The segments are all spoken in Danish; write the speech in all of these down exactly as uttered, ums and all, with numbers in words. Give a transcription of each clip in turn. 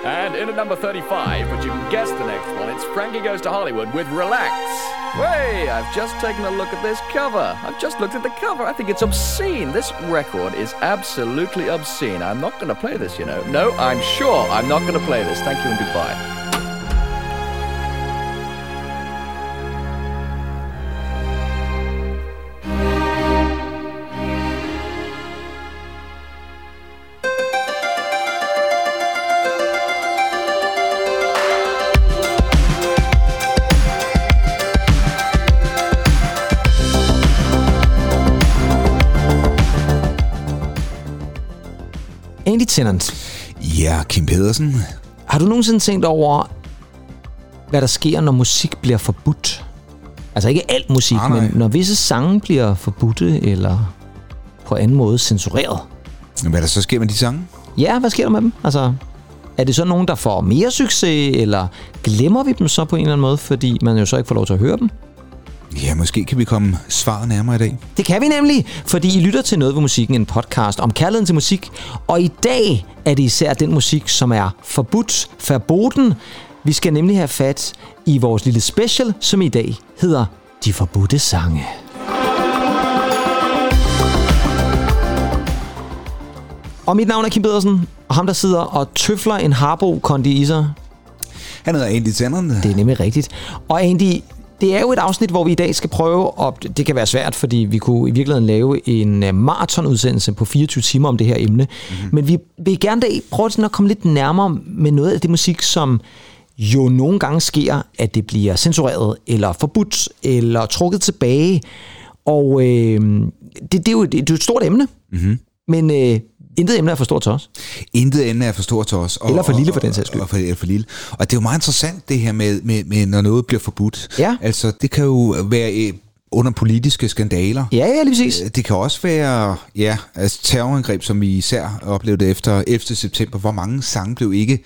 And in at number thirty-five, but you can guess the next one, it's Frankie Goes to Hollywood with Relax. Hey, I've just taken a look at this cover. I've just looked at the cover. I think it's obscene. This record is absolutely obscene. I'm not going to play this, you know. No, I'm sure I'm not going to play this. Thank you and goodbye. Andy Tennant. Ja, Kim Pedersen. Har du nogensinde tænkt over, hvad der sker, når musik bliver forbudt? Altså ikke alt musik, ah, men når visse sange bliver forbudte eller på anden måde censureret. Hvad der så sker med de sange? Ja, hvad sker der med dem? Altså, er det så nogen, der får mere succes, eller glemmer vi dem så på en eller anden måde, fordi man jo så ikke får lov til at høre dem? Ja, måske kan vi komme svaret nærmere i dag. Det kan vi nemlig, fordi I lytter til Noget ved Musikken, en podcast om kærligheden til musik. Og i dag er det især den musik, som er forbudt, verboten. Vi skal nemlig have fat i vores lille special, som i dag hedder De Forbudte Sange. Og mit navn er Kim Pedersen, og ham der sidder og tøfler en Harbo Kondi i sig. Han hedder Andy Tennant. Det er nemlig rigtigt. Og Andy, det er jo et afsnit, hvor vi i dag skal prøve, og det kan være svært, fordi vi kunne i virkeligheden lave en maratonudsendelse på fireogtyve timer om det her emne. Mm-hmm. Men vi vil gerne da prøve sådan at komme lidt nærmere med noget af det musik, som jo nogle gange sker, at det bliver censureret, eller forbudt, eller trukket tilbage. Og øh, det, det, er jo, det er jo et stort emne, mm-hmm. men øh, intet emne er for stort til os. Intet emne er for stort til os. Og, eller for lille for den sags skyld. Og for, for lille. Og det er jo meget interessant det her med, med, med når noget bliver forbudt. Ja. Altså det kan jo være under politiske skandaler. Ja, ja, lige præcis. Det kan også være ja, altså terrorangreb, som vi især oplevede efter ellevte september, hvor mange sange blev ikke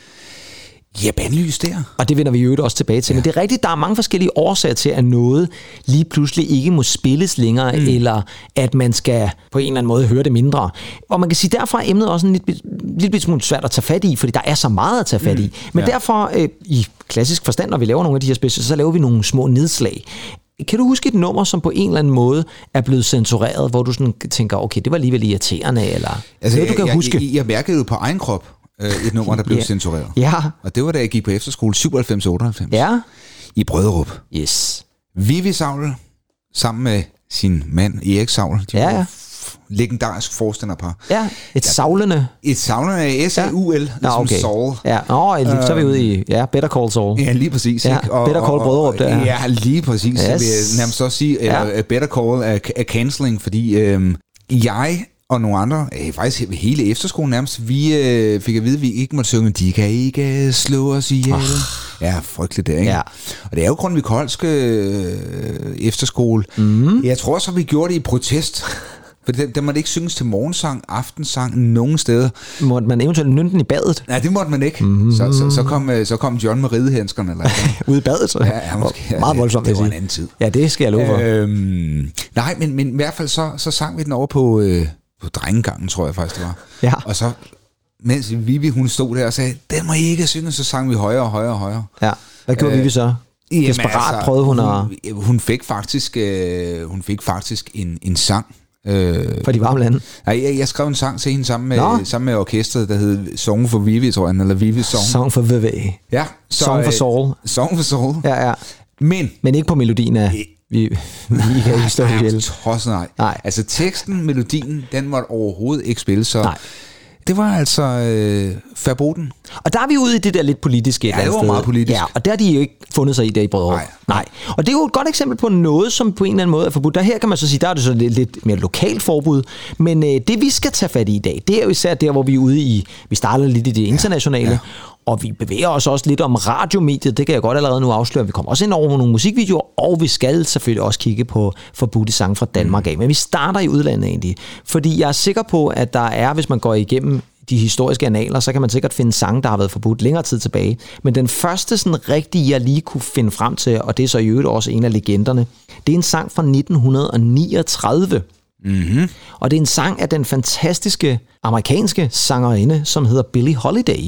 ja, bandlyst der. Og det vender vi jo også tilbage til. Ja. Men det er rigtigt, der er mange forskellige årsager til, at noget lige pludselig ikke må spilles længere, mm. eller at man skal på en eller anden måde høre det mindre. Og man kan sige, derfor er emnet også en lidt, lidt, lidt smule svært at tage fat i, fordi der er så meget at tage fat i. Mm. Men ja. derfor, øh, i klassisk forstand, når vi laver nogle af de her specials, så laver vi nogle små nedslag. Kan du huske et nummer, som på en eller anden måde er blevet censureret, hvor du sådan tænker, okay, det var alligevel irriterende, eller altså, noget, du kan jeg, huske? Jeg, jeg mærkede jo på egen krop, et nummer, der blev yeah. censureret. Ja. Og det var da jeg gik på efterskole syvoghalvfems otteoghalvfems. Ja. I Brøderup. Yes. Vivi Saul sammen med sin mand Erik Saul. De ja, ja. Legendarisk forstanderpar. Ja, et savlende. Et savlende S A U L, ja. Ligesom okay. Saul. Ja, Nå, så er vi ude i ja, Better Call Saul. Ja, lige præcis. Ja, og, Better Call Brøderup, der. Ja, lige præcis. Yes. Jeg vil nærmest også sige, ja. eller Better Call er, er canceling, fordi øhm, jeg og nogle andre, øh, faktisk hele efterskolen nærmest, vi øh, fik at vide, at vi ikke måtte synge, de kan ikke slå os ihjel. Oh. Ja, frygteligt det, ikke? Ja. Og det er jo Grundtvig Koldske øh, efterskole. Mm. Jeg tror så, vi gjorde det i protest. For der, der måtte ikke synges til morgensang, aftensang, nogen steder. Måtte man eventuelt nynde den i badet? Nej, det måtte man ikke. Mm. Så, så, så, kom, så kom John med ridehandskerne. Eller ude i badet? Så. Ja, ja, måske, ja, meget voldsomt. Det var en anden tid. Ja, det skal jeg love for. Øhm, nej, men, men i hvert fald så, så sang vi den over på, øh, på drengegangen, tror jeg faktisk det var. Ja. Og så, mens Vivi hun stod der og sagde, den må I ikke synge, så sang vi højere og højere og højere. Ja, hvad gjorde øh, Vivi så? Desperat altså, prøvede hun at... Hun, hun fik faktisk, øh, hun fik faktisk en, en sang. Øh, for de varme lande? Nej, jeg, jeg skrev en sang til hende sammen med, sammen med orkestret, der hed Song for Vivi, tror jeg, eller Vivi Song. Song for Vivi. Ja. Så, Song for Soul. Øh, Song for Soul. Ja, ja. Men... Men ikke på melodien af... Vi, vi kan ikke stå ihjel. Trods nej. nej. Altså teksten, melodien, den måtte overhovedet ikke spille, så... Nej. Det var altså øh, verboten. Og der er vi ude i det der lidt politiske. Ja, det var meget politisk. Ja, og der har de jo ikke fundet sig i der i Brøderup. Nej. Nej. Og det er jo et godt eksempel på noget, som på en eller anden måde er forbudt. Der her kan man så sige, der er det så lidt, lidt mere lokalt forbud. Men øh, det vi skal tage fat i i dag, det er jo især der, hvor vi er ude i, vi starter lidt i det internationale. Ja, ja. Og vi bevæger os også lidt om radiomediet, det kan jeg godt allerede nu afsløre. Vi kommer også ind over nogle musikvideoer, og vi skal selvfølgelig også kigge på forbudte sange fra Danmark af. Men vi starter i udlandet egentlig, fordi jeg er sikker på, at der er, hvis man går igennem de historiske annaler, så kan man sikkert finde sange, der har været forbudt længere tid tilbage. Men den første sådan rigtige, jeg lige kunne finde frem til, og det er så i øvrigt også en af legenderne, det er en sang fra nitten niogtredive. Mm-hmm. Og det er en sang af den fantastiske amerikanske sangerinde, som hedder Billie Holiday.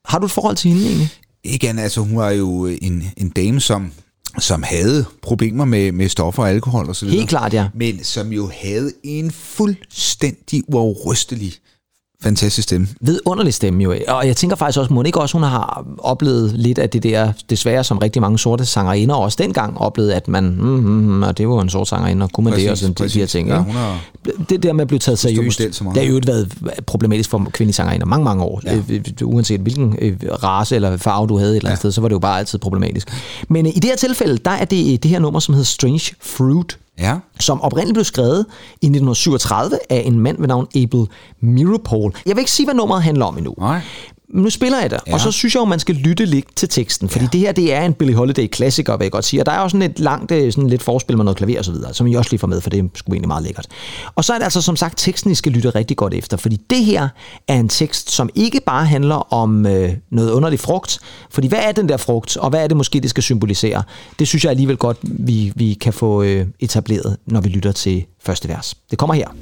Har du et forhold til hende egentlig? Ikke andet, altså hun var jo en, en dame, som, som havde problemer med, med stoffer og alkohol og så videre. Helt klart, ja. Men som jo havde en fuldstændig uafrystelig fantastisk stemme. Vidunderlig stemme jo. Og jeg tænker faktisk også, må ikke også, hun har oplevet lidt af det der, desværre som rigtig mange sorte sangerinder også dengang oplevede, at man, mm, mm, og det var en sort sangerinde, og kunne man præcis, det og sådan præcis. De her ting. Ja, hun har det der med at blive taget seriøst, det har jo været problematisk for kvindelige sangerinder mange, mange år. Ja. Uanset hvilken race eller farve du havde et eller andet ja. sted, så var det jo bare altid problematisk. Men i det her tilfælde, der er det det her nummer, som hedder Strange Fruit, ja. Som oprindeligt blev skrevet i nitten syvogtredive af en mand ved navn Abel Meeropol. Jeg vil ikke sige, hvad nummeret handler om endnu. Nej. Men nu spiller jeg det, ja. Og så synes jeg jo, man skal lytte lidt til teksten, fordi ja. Det her, det er en Billie Holiday-klassiker, vil jeg godt sige, og der er også sådan et langt, sådan lidt forspil med noget klaver og så videre, som I også lige får med, for det er sgu egentlig meget lækkert. Og så er det altså som sagt teksten, I skal lytte rigtig godt efter, fordi det her er en tekst, som ikke bare handler om øh, noget underlig frugt, fordi hvad er den der frugt, og hvad er det måske, det skal symbolisere? Det synes jeg alligevel godt, vi, vi kan få øh, etableret, når vi lytter til første vers. Det kommer her.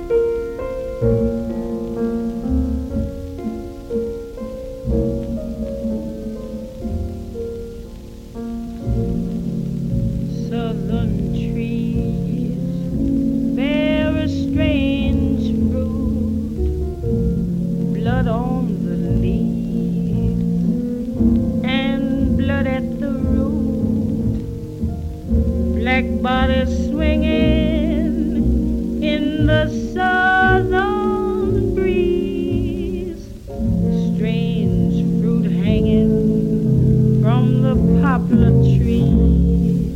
Black bodies swinging in the southern breeze, strange fruit hanging from the poplar trees.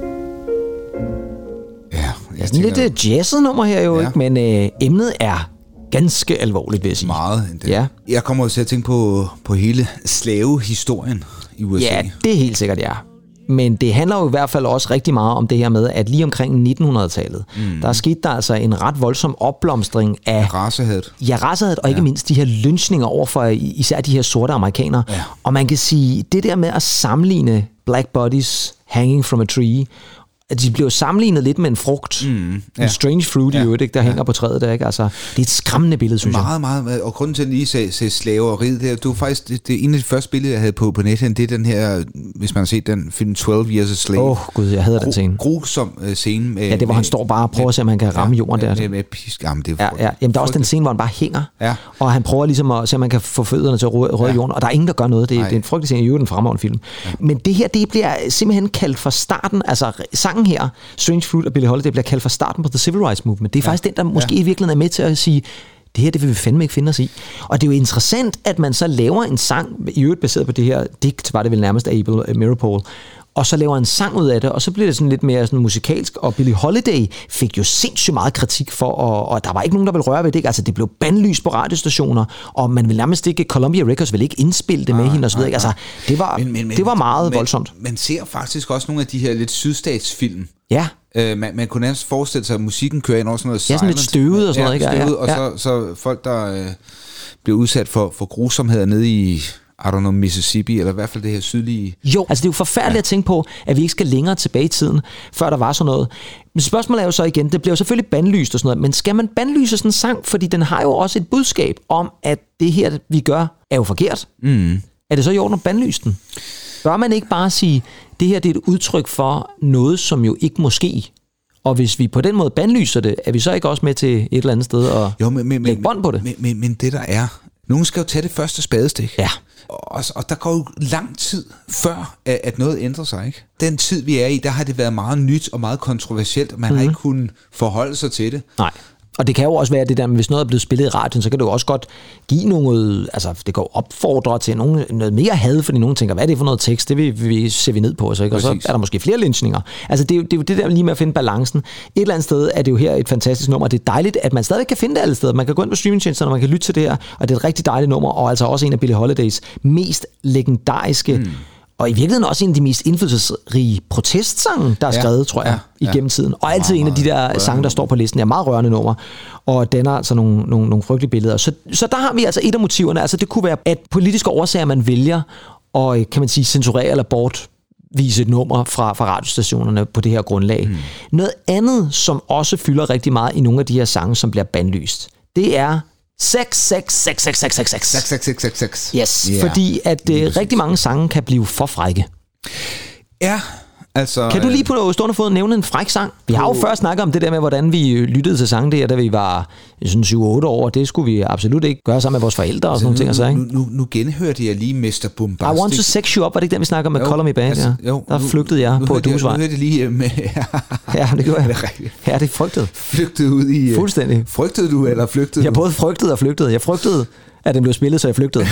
Ja, det er sådan tænker... lidt jazzet nummer her jo, ja. Ikke? Men øh, emnet er ganske alvorligt, vil jeg sige. Meget. Det. Ja. Jeg kommer også til at tænke på, på hele slavehistorien i U S A. Ja, det er helt sikkert, ja. Men det handler jo i hvert fald også rigtig meget om det her med, at lige omkring nitten hundrede-tallet, mm. der skete der altså en ret voldsom opblomstring af... Racehadet. Ja, racehadet, og ikke ja. mindst de her lynchninger over for især de her sorte amerikanere. Ja. Og man kan sige, det der med at sammenligne black bodies hanging from a tree, at de blev sammenlignet lidt med en frugt. Mm, ja. En strange fruit, ja. i øvrigt, der hænger ja. på træet der, ikke? Altså, det er et skræmmende billede, synes meget, jeg. Meget, meget. Og grunden til, at lige sagde, sagde slaveriet, det, det var faktisk det, det en af de første billeder, jeg havde på, på nettet, det er den her, hvis man har set den film twelve Years a Slave. Åh, oh, gud, jeg havde den scene. Grusom uh, scene. Med, ja, det hvor han står bare og prøver at se, om han kan ramme ja, jorden der. Med, med pisk. Jamen, det er ja, ja. Jamen, der er også den scene, hvor han bare hænger, ja. og han prøver ligesom at se, om man kan få fødderne til at røre ja. jorden, og der er ingen, der gør noget. Det, det er en frygtelig scene, i øvrigt en fremragende film. Ja. Men det her, det bliver simpelthen kaldt for starten, altså sangen her, Strange Fruit og Billie Holiday, bliver kaldt for starten på The Civil Rights Movement. Det er ja. faktisk den, der måske ja. i virkeligheden er med til at sige, det her, det vil vi fandme ikke finde os i. Og det er jo interessant, at man så laver en sang, i øvrigt baseret på det her digt, var det vel nærmest Abel Meeropol, og så laver en sang ud af det, og så bliver det sådan lidt mere sådan musikalsk, og Billie Holiday fik jo sindssygt meget kritik for, og, og der var ikke nogen, der ville røre ved det, ikke? Altså det blev bandlyst på radiostationer, og man ville nærmest ikke, Columbia Records ville ikke indspille det med nej, hende, og så videre. Altså det var, men, men, det var meget men, voldsomt. Man ser faktisk også nogle af de her lidt sydstatsfilm. Ja. Uh, man, man kunne nærmest forestille sig, at musikken kører ind over sådan noget ja, sådan lidt støvet og sådan noget, ja, ikke? Støvet, ja, ja. Og så, så folk, der uh, blev udsat for, for grusomheder nede i, I don't know, Mississippi, eller i hvert fald det her sydlige... Jo, altså det er jo forfærdeligt ja. at tænke på, at vi ikke skal længere tilbage i tiden, før der var sådan noget. Men spørgsmålet er jo så igen, det bliver jo selvfølgelig bandlyst og sådan noget, men skal man bandlyse sådan en sang, fordi den har jo også et budskab om, at det her, vi gør, er jo forkert. Mm. Er det så i orden at bandlyse den? Bør man ikke bare sige, det her det er et udtryk for noget, som jo ikke må ske? Og hvis vi på den måde bandlyser det, er vi så ikke også med til et eller andet sted at jo, men, men, lægge bånd på det? Men, men, men det der er, nogen skal jo tage det første spadestik. Ja. Og, og der går jo lang tid før, at noget ændrer sig, ikke? Den tid, vi er i, der har det været meget nyt og meget kontroversielt, og man mm-hmm. har ikke kunnet forholde sig til det. Nej. Og det kan jo også være det der, hvis noget er blevet spillet i radioen, så kan det jo også godt give noget, altså det kan jo opfordre til nogen, noget mere had, fordi nogen tænker, hvad er det for noget tekst, det vil vi, ser vi ned på, så, ikke? Og så er der måske flere lynchninger. Altså det er, jo, det er jo det der lige med at finde balancen. Et eller andet sted er det jo her et fantastisk nummer, og det er dejligt, at man stadig kan finde det alle steder. Man kan gå ind på streamingtjenesterne, og man kan lytte til det her, og det er et rigtig dejligt nummer, og altså også en af Billie Holidays mest legendariske mm. og i virkeligheden også en af de mest indflydelsesrige protestsange, der er skrevet, ja, tror jeg, ja, igennem ja. tiden. Og altid en af de der sange, der står på listen, er meget rørende nummer, og den har altså nogle, nogle, nogle frygtelige billeder. Så, så der har vi altså et af motiverne, altså det kunne være, at politiske årsager, man vælger, og kan man sige, censurere eller bortvise et nummer fra, fra radiostationerne på det her grundlag. Mm. Noget andet, som også fylder rigtig meget i nogle af de her sange, som bliver bandlyst, det er Sex, sex, sex, sex, sex, sex, sex. Sex, sex, sex, sex, sex. Yes, yeah. fordi at øh, rigtig mange sange kan blive for frække. Ja, altså... Kan du lige på stående fod nævne en fræk sang? Vi har jo før snakket om det der med, hvordan vi lyttede til sange der, da vi var sådan syv otte år, og det skulle vi absolut ikke gøre sammen med vores forældre og sådan altså, nogle nu, ting. Nu, nu, nu genhørte jeg lige mister Bombastic. I Want to Sex You Up, var det ikke den, vi snakker med Color Me Band? Altså, ja. jo, der nu, flygtede jeg nu, på nu Duesvej. Nu hørte jeg lige med... ja, det gjorde jeg. Det ja, det frygtede. Flygtede ud i... Fuldstændig. Frygtede du, eller flygtede Jeg du? både frygtede og flygtede. Jeg frygtede, at den blev spillet, så jeg flygtede.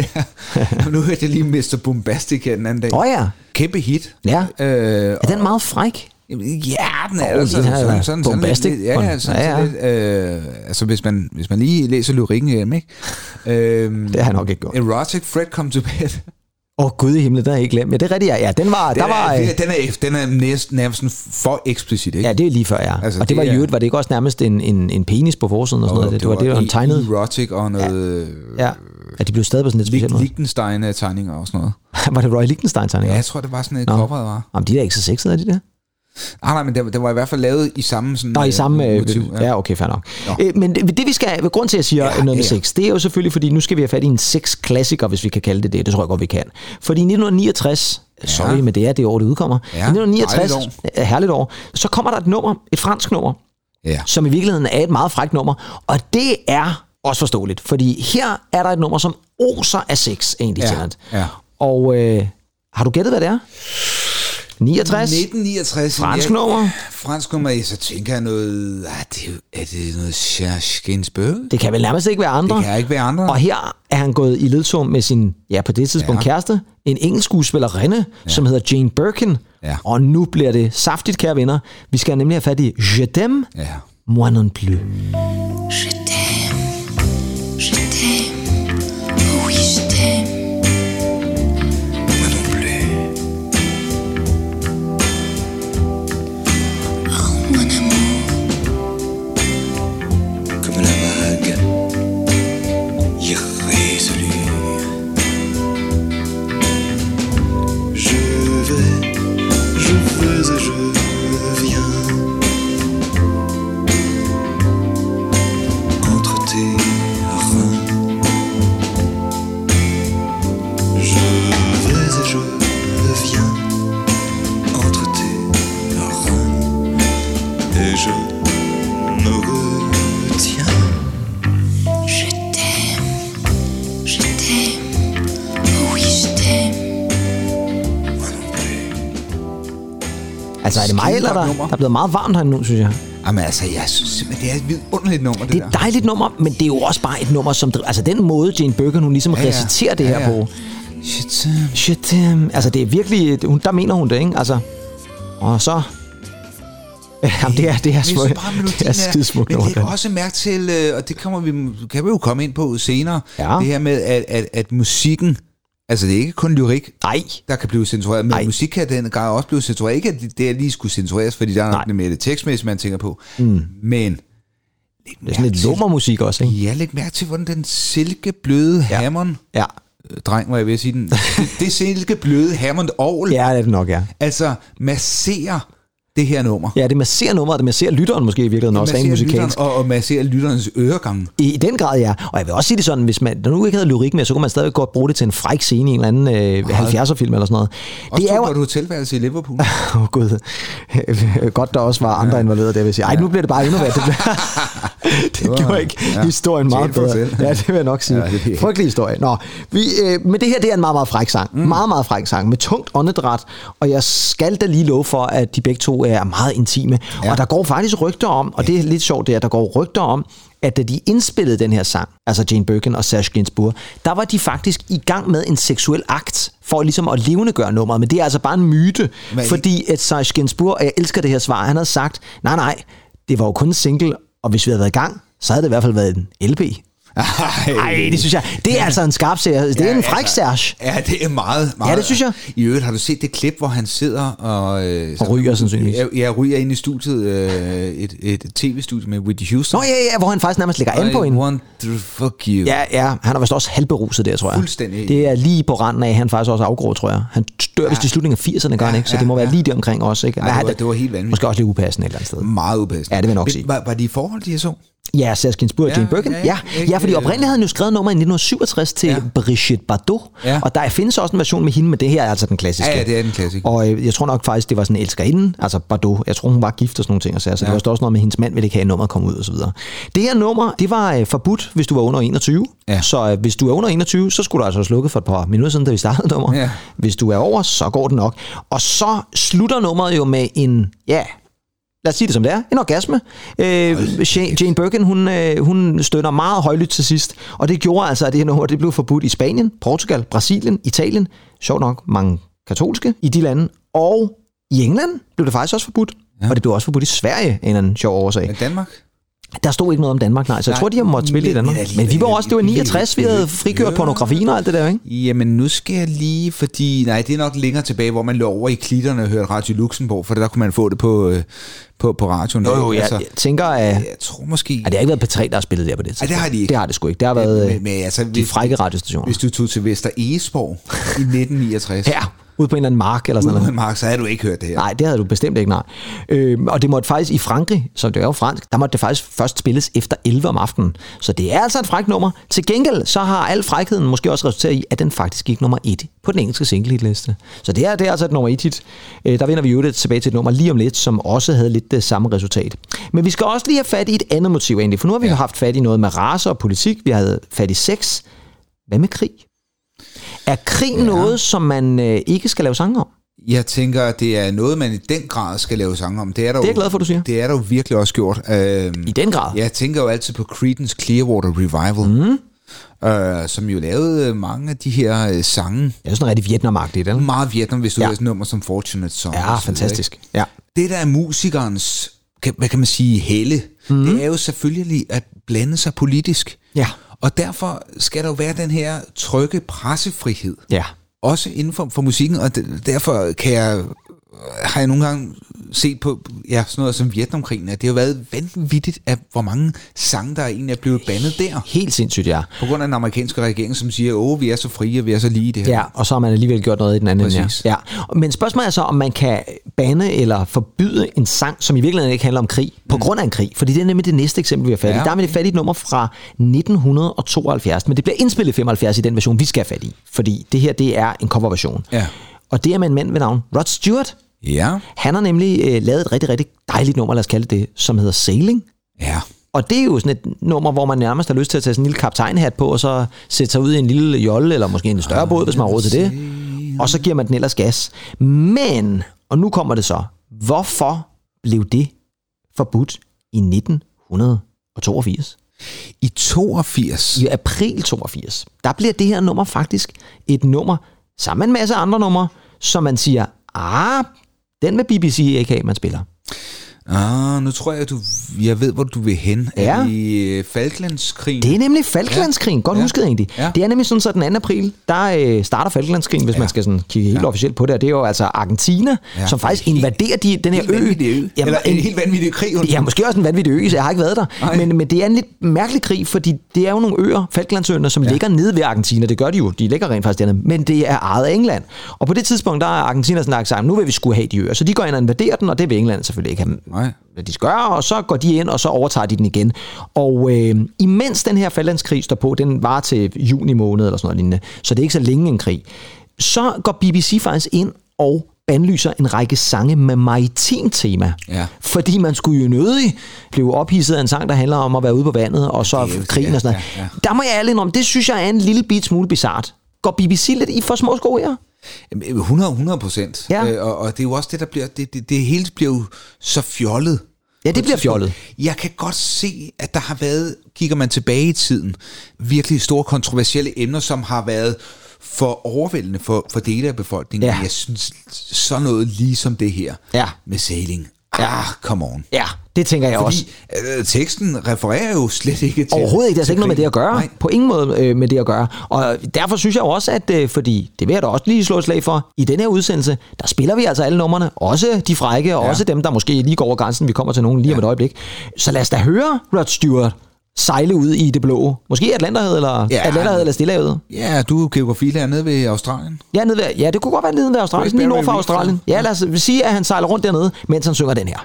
ja. Nu hørte jeg lige mister Bombastic her den anden dag. Åh oh, ja. Kæmpe hit. Ja. Øh, er den meget fræk? Ja, den er oh, altså den er sådan, sådan, sådan bombastic. lidt, ja, sådan, ja, ja. Lidt, øh, altså hvis man, hvis man lige læser lyrikken hjem, ikke? Øh, det har jeg nok ikke gjort. Erotic Fred Come to Bed. Åh oh, gud i himlen, den er ikke glemt. Ja, det er rigtigt, ja. ja den var, den, der er, var, det, den, er, den er næsten, nærmest for eksplicit, ikke? Ja, det er lige før, ja. Altså, og det, det var i øvrigt, var det ikke også nærmest en, en, en penis på forsiden og sådan noget? Det, det var, det var en tegnet... Erotic og noget... Ja, ja. Ja, de blev stadig på sådan lidt specielt noget. Liechtenstein-tegninger og sådan noget. Var det Roy Liechtenstein-tegninger? Ja, jeg tror, det var sådan et coveret, var. Jamen, de er ikke så sexede, er de der? Ah, nej, men det, det var i hvert fald lavet i samme sådan... Nå, i samme øh, motiv. Ja. ja, okay, fair nok. Nå. Øh, men det, det vi skal... Grund til, at jeg siger ja, noget med ja. sex, det er jo selvfølgelig, fordi nu skal vi have fat i en sex-klassiker, hvis vi kan kalde det det. Det tror jeg godt, vi kan. Fordi i nitten niogtres... Ja. Sorry, men det er det år, det udkommer. Ja, I nitten niogtres, herligt år. herligt år, så kommer der et nummer, et fransk nummer, ja. som i virkeligheden er et meget frækt nummer. Og det er også forståeligt, fordi her er der et nummer, som oser af sex, egentlig ja. talent. Ja. Og øh, har du gættet, hvad det er? niogtres? nitten niogtres. Fransk nummer? Fransk nummer, så tænker jeg noget... Ah, det er, er det noget Serge Gainsbourg? Det kan vel nærmest ikke være andre. Det kan ikke være andre. Og her er han gået i ledtog med sin, ja på det tidspunkt ja. kæreste, en engelsk skuespillerinde, ja. som hedder Jane Birkin. Ja. Og nu bliver det saftigt, kære venner. Vi skal nemlig have fat i Je t'aime, ja. moi non plus. Je t'aime, je t'aime, oh oui je t'aime. Altså er det mig, eller der, der er blevet meget varmt herinde nu, synes jeg? Jamen altså, jeg synes simpelthen, det er et vidunderligt nummer, det, det er et dejligt der. nummer, men det er jo også bare et nummer, som... Altså den måde, Jane Birkin, hun ligesom ja, ja. reciterer det ja, ja. her på. Shit. Shit. Altså det er virkelig... Hun, der mener hun det, ikke? Altså... Og så... Jamen det er, det er smukt. Det er skidesmukt. Men det er også mærke til, og det kommer vi, kan vi jo komme ind på senere, ja. det her med, at, at, at musikken, altså det er ikke kun lyrik, Nej. der kan blive censureret, men Nej. musik kan den grad også blive censureret. Ikke at det, det lige skulle censureres, fordi der er noget med det tekstmæssigt, man tænker på, mm. men... Det er sådan lidt lummermusik også, ikke? Ja, læg mærke til, hvordan den silkebløde ja. Hammond... Ja. Dreng, hvad jeg vil sige den. Det, det silkebløde Hammond-orgel. Ja, det er det nok, ja. Altså, masserer det her nummer. Ja, det masserer nummeret, det masserer lytteren måske i virkeligheden også rent musikalsk. Og, og masserer lytterens øregang. I, I den grad, ja. Og jeg vil også sige det sådan, hvis man nu ikke havde lyrik med, så kunne man stadig godt bruge det til en fræk scene i en eller anden øh, halvfjerdser-film eller sådan noget. Også det er jo jo et hotelværelse i Liverpool. Åh oh, gud. Godt, der også var andre ja. involveret, det vil sige. Ej, nu bliver det bare endnu værre. Det, det, det gjorde ikke ja. historien meget bedre. Ja, det vil jeg nok sige. Ja, frygtelig historie. Nå, vi, øh, men det her, det er en meget, meget fræk sang. Mm. Meget, meget fræk sang. Med tungt åndedræt. Og jeg skal da lige love for, at de begge to er meget intime. Ja. Og der går faktisk rygter om, og det er lidt sjovt det er, der går rygter om, at da de indspillede den her sang, altså Jane Birkin og Serge Gainsbourg, der var de faktisk i gang med en seksuel akt, for ligesom at levendegøre nummeret. Men det er altså bare en myte, men fordi at Serge Gainsbourg, og jeg elsker det her svar, han havde sagt, nej nej, det var jo kun en single, og hvis vi havde været i gang, så havde det i hvert fald været en L P. Ej, det synes jeg. Det er altså en skarp serie. Det er ja, en fræk Serge. Ja, det er meget, meget. Ja, det synes jeg. I øvrigt, har du set det klip, hvor han sidder og... Øh, og ryger sandsynligvis. Ja, ja, ryger ind i studiet. Øh, et, et tv-studie med Whitney Houston. Nå ja, ja, hvor han faktisk nærmest lægger an på hende. I want to fuck you. Ja, ja. Han er vist også halvberuset der, tror jeg. Fuldstændig. Det er lige på randen af, han faktisk også afgrår, tror jeg. Han dør ja. vist i slutningen af firserne, gør han ikke? Så ja, det må være ja. lige der omkring også, ikke? Nej, det, var, det var helt vanvittigt. Måske også lidt upassende et eller andet sted. Meget upassende. Ja, det vil jeg nok sige. Var, var de i forhold, de her så? Ja, Serge Gainsbourg og ja, Jane Birkin. Ja, ja, ja, ja, fordi oprindeligt havde han jo skrevet nummer i nitten syvogtres til ja. Brigitte Bardot, ja. og der findes også en version med hende, men det her er altså den klassiske. Ja, ja, det er den klassiske. Og øh, jeg tror nok faktisk, det var sådan en elskerinde, altså Bardot. Jeg tror, hun var gift og sådan nogle ting, og så, så ja. det var også noget med, hendes mand ville ikke have nummeret komme ud og så videre. Det her nummer, det var øh, forbudt, hvis du var under enogtyve. Ja. Så øh, hvis du er under enogtyve, så skulle du altså have slukket for et par minutter siden, da vi startede nummeret. Ja. Hvis du er over, så går det nok. Og så slutter nummeret jo med en, ja... Lad os sige det som det er. En orgasme. Øh, Jane Birkin, hun, øh, hun støtter meget højlydt til sidst, og det gjorde altså, at det her nummer det blev forbudt i Spanien, Portugal, Brasilien, Italien, sjovt nok mange katolske i de lande, og i England blev det faktisk også forbudt, ja. og det blev også forbudt i Sverige af en eller anden sjov årsag. Men Danmark? Der stod ikke noget om Danmark, nej, så jeg nej, tror, de har måttet spille det i Danmark. Men, men vi var også, det var niogtres, vi havde frigjort pornografien og alt det der, ikke? Jamen, nu skal jeg lige, fordi, nej, det er nok længere tilbage, hvor man lå over i klitterne og hørte Radio Luxembourg, for der kunne man få det på, på, på radioen. Jo, jo, jeg, altså, jeg tænker, at... Jeg tror måske... At det har ikke været P tre, der har spillet der på det tidspunkt. Nej, det har de ikke. Det har det sgu ikke. Det har været men, men, altså, de hvis, frække radiostationer. Hvis du tog til Vester Egesborg i nitten niogtres... Ja. Ude på en eller anden mark eller sådan noget. Ude på en mark, så havde du ikke hørt det her. Nej, det havde du bestemt ikke, nej. Øh, og det måtte faktisk i Frankrig, som det er jo fransk, der måtte det faktisk først spilles efter elleve om aftenen. Så det er altså et frækt nummer. Til gengæld, så har al frækheden måske også resulteret i, at den faktisk gik nummer et på den engelske single-hitliste. Så det er, det er altså et nummer et hit. Øh, der vender vi jo det tilbage til et nummer lige om lidt, som også havde lidt det samme resultat. Men vi skal også lige have fat i et andet motiv egentlig, for nu har vi ja. haft fat i noget med race og politik, vi havde fat i sex. Hvad med krig? Er krig ja. noget, som man øh, ikke skal lave sange om? Jeg tænker, at det er noget, man i den grad skal lave sange om. Det er, der det er jo, jeg glad for, du siger. Det er der jo virkelig også gjort. Øhm, I den grad? Jeg tænker jo altid på Creedence Clearwater Revival, mm. øh, som jo lavede mange af de her øh, sange. Det er sådan rigtig Vietnam-agtigt, eller? Meget Vietnam, hvis du ja. har et nummer som Fortunate Son. Ja, fantastisk. Ja. Det, der er musikernes, kan, hvad kan man sige, helle, mm. det er jo selvfølgelig at blande sig politisk. Ja. Og derfor skal der jo være den her trygge pressefrihed. Ja. Også inden for, for musikken, og derfor kan jeg, har jeg nogle gange set på ja, sådan noget som Vietnamkrigen, at det har været vanvittigt, at hvor mange sange, der egentlig er blevet bandet der. Helt sindssygt, ja. På grund af den amerikanske regering, som siger, åh, vi er så frie, vi er så lige i det her. Ja, og så har man alligevel gjort noget i den anden. Ja. Ja. Men spørgsmålet er så, om man kan bande eller forbyde en sang, som i virkeligheden ikke handler om krig, på mm. grund af en krig. Fordi det er nemlig det næste eksempel, vi har fat i. Ja. Der er vi fat i et nummer fra nitten tooghalvfjerds, men det bliver indspillet femoghalvfjerds i den version, vi skal have fat i. Fordi det her, det er en coverversion. Ja. Og det er med en mand ved navn Rod Stewart. Ja. Han har nemlig øh, lavet et rigtig, rigtig dejligt nummer, lad os kalde det, som hedder Sailing. Ja. Og det er jo sådan et nummer, hvor man nærmest har lyst til at tage sådan en lille kaptajnhat på, og så sætte sig ud i en lille jolle, eller måske en større båd, hvis man har råd til det. Og så giver man den ellers gas. Men, og nu kommer det så, hvorfor blev det forbudt i nitten toogfirs? I toogfirs? I april toogfirs. Der bliver det her nummer faktisk et nummer, sammen med en masse andre numre, som man siger, ah, den med B B C aka man spiller. Ah, nu tror jeg, at du, jeg ved, hvor du vil hen. Ja. Er i Falklandskrigen? Det er nemlig Falklandskrigen. Ja. Godt ja. husket egentlig. Ja. Det er nemlig sådan, så den anden april, der øh, starter Falklandskrigen, hvis ja. man skal sådan kigge helt ja. officielt på det. Og det er jo altså Argentina, ja. som faktisk helt, invaderer de, den her ø. ø. Jamen, Eller en, en helt vanvittig krig. Ja, måske også en vanvittig ø, så jeg har ikke været der. Men, men det er en lidt mærkelig krig, fordi det er jo nogle øer, Falklandsøerne, som ja. ligger nede ved Argentina. Det gør de jo. De ligger rent faktisk dernede. Men det er ejet af England. Og på det tidspunkt, der er Argentina sådan sagt, nu vil vi skulle have de øer. Så de går ind og invaderer den, og det vil England selvfølgelig ikke have. Nej. De skal gøre, og så går de ind, og så overtager de den igen. Og øh, imens den her Falklandskrig står på, den var til juni måned eller sådan noget lignende, så det er ikke så længe en krig, så går B B C faktisk ind og bandlyser en række sange med maritimt tema. Ja. Fordi man skulle jo nødig blive ophidset af en sang, der handler om at være ude på vandet, og så det, krigen og sådan noget. Ja, ja. Der må jeg ærligt indrømme, det synes jeg er en lille bit smule bizart. Går B B C lidt i for små sko her? hundrede procent. Ja. Øh, og, og det er jo også det, der bliver, det, det, det hele bliver jo så fjollet. Ja, det bliver fjollet. Jeg kan godt se, at der har været, kigger man tilbage i tiden, virkelig store kontroversielle emner, som har været for overvældende for, for dele af befolkningen. Ja. Jeg synes, sådan noget ligesom det her ja. med Sailing. Ah, come on. Ja, det tænker jeg Fordi, også. Øh, teksten refererer jo slet ikke til... Overhovedet ikke, der er ikke noget med det at gøre. Nej. På ingen måde øh, med det at gøre. Og derfor synes jeg også, at øh, fordi, det vil jeg da også lige slå et slag for, i den her udsendelse, der spiller vi altså alle numrene, også de frække, og ja. også dem, der måske lige går over grænsen, vi kommer til nogen lige ja. om et øjeblik. Så lad os da høre Rod Stewart sejle ud i det blå. Måske Atlanterhavet eller Ja. Atlanterhavet eller Stillehavet. Ja, du er geografilærer nede ved Australien. Ja, nede ved, ja, det kunne godt være nede ved Australien, lige nord for Australien. Ja, lad os sige, at han sejler rundt dernede, mens han synger den her.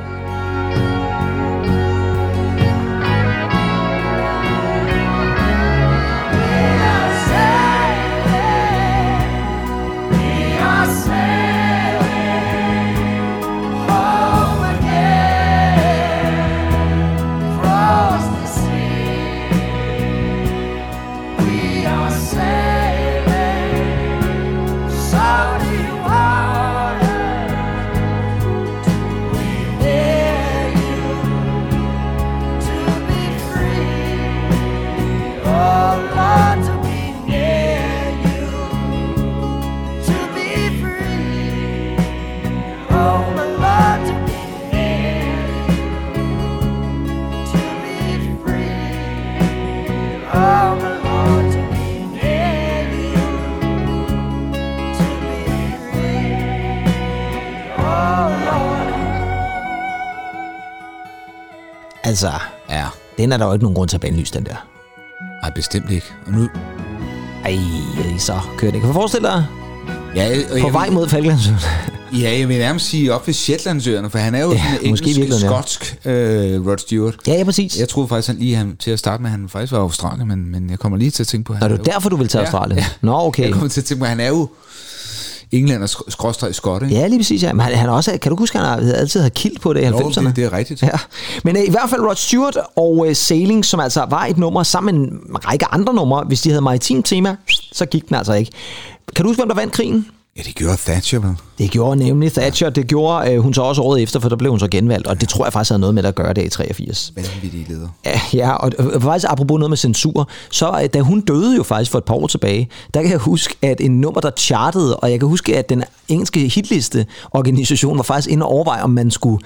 Altså, Ja. den er der jo ikke nogen grund til at bandlyse, den der. Nej, bestemt ikke. Og nu... Ej, så kører det. Kan du forestille dig? Ja, og På jeg vej vil, mod Falklandsøerne. ja, jeg vil nærmest sige op ved Shetlandsøerne, for han er jo Ja, sådan en måske virkelig, ja. engelsk-skotsk øh, Rod Stewart. Ja, ja, præcis. Jeg troede faktisk han lige han, til at starte med, at han faktisk var Australien, men, men jeg kommer lige til at tænke på, at Nå, han det er derfor, du vil til Ja, Australien. ja. Nå, okay. Jeg kommer til at tænke på, at han er jo englænder skråstreg skot, ikke? Ja, lige præcis. Ja. Men han, han også, kan du huske, at han altid har kilt på det i Jo, halvfemserne? det, det er rigtigt. Ja, men øh, i hvert fald Rod Stewart og øh, Sailing, som altså var et nummer sammen med en række andre numre. Hvis de havde maritimt tema, så gik den altså ikke. Kan du huske, hvem der vandt krigen? Ja, det gjorde Thatcher, vel? Det gjorde nemlig Thatcher. Det gjorde øh, hun så også året efter, for der blev hun så genvalgt. Og det tror jeg faktisk havde noget med at gøre det i treogfirs. Vanvittige leder. Ja, ja, og øh, faktisk apropos noget med censur, så øh, da hun døde jo faktisk for et par år tilbage, der kan jeg huske, at en nummer, der chartede, og jeg kan huske, at den engelske hitliste-organisation var faktisk inde og overveje, om man skulle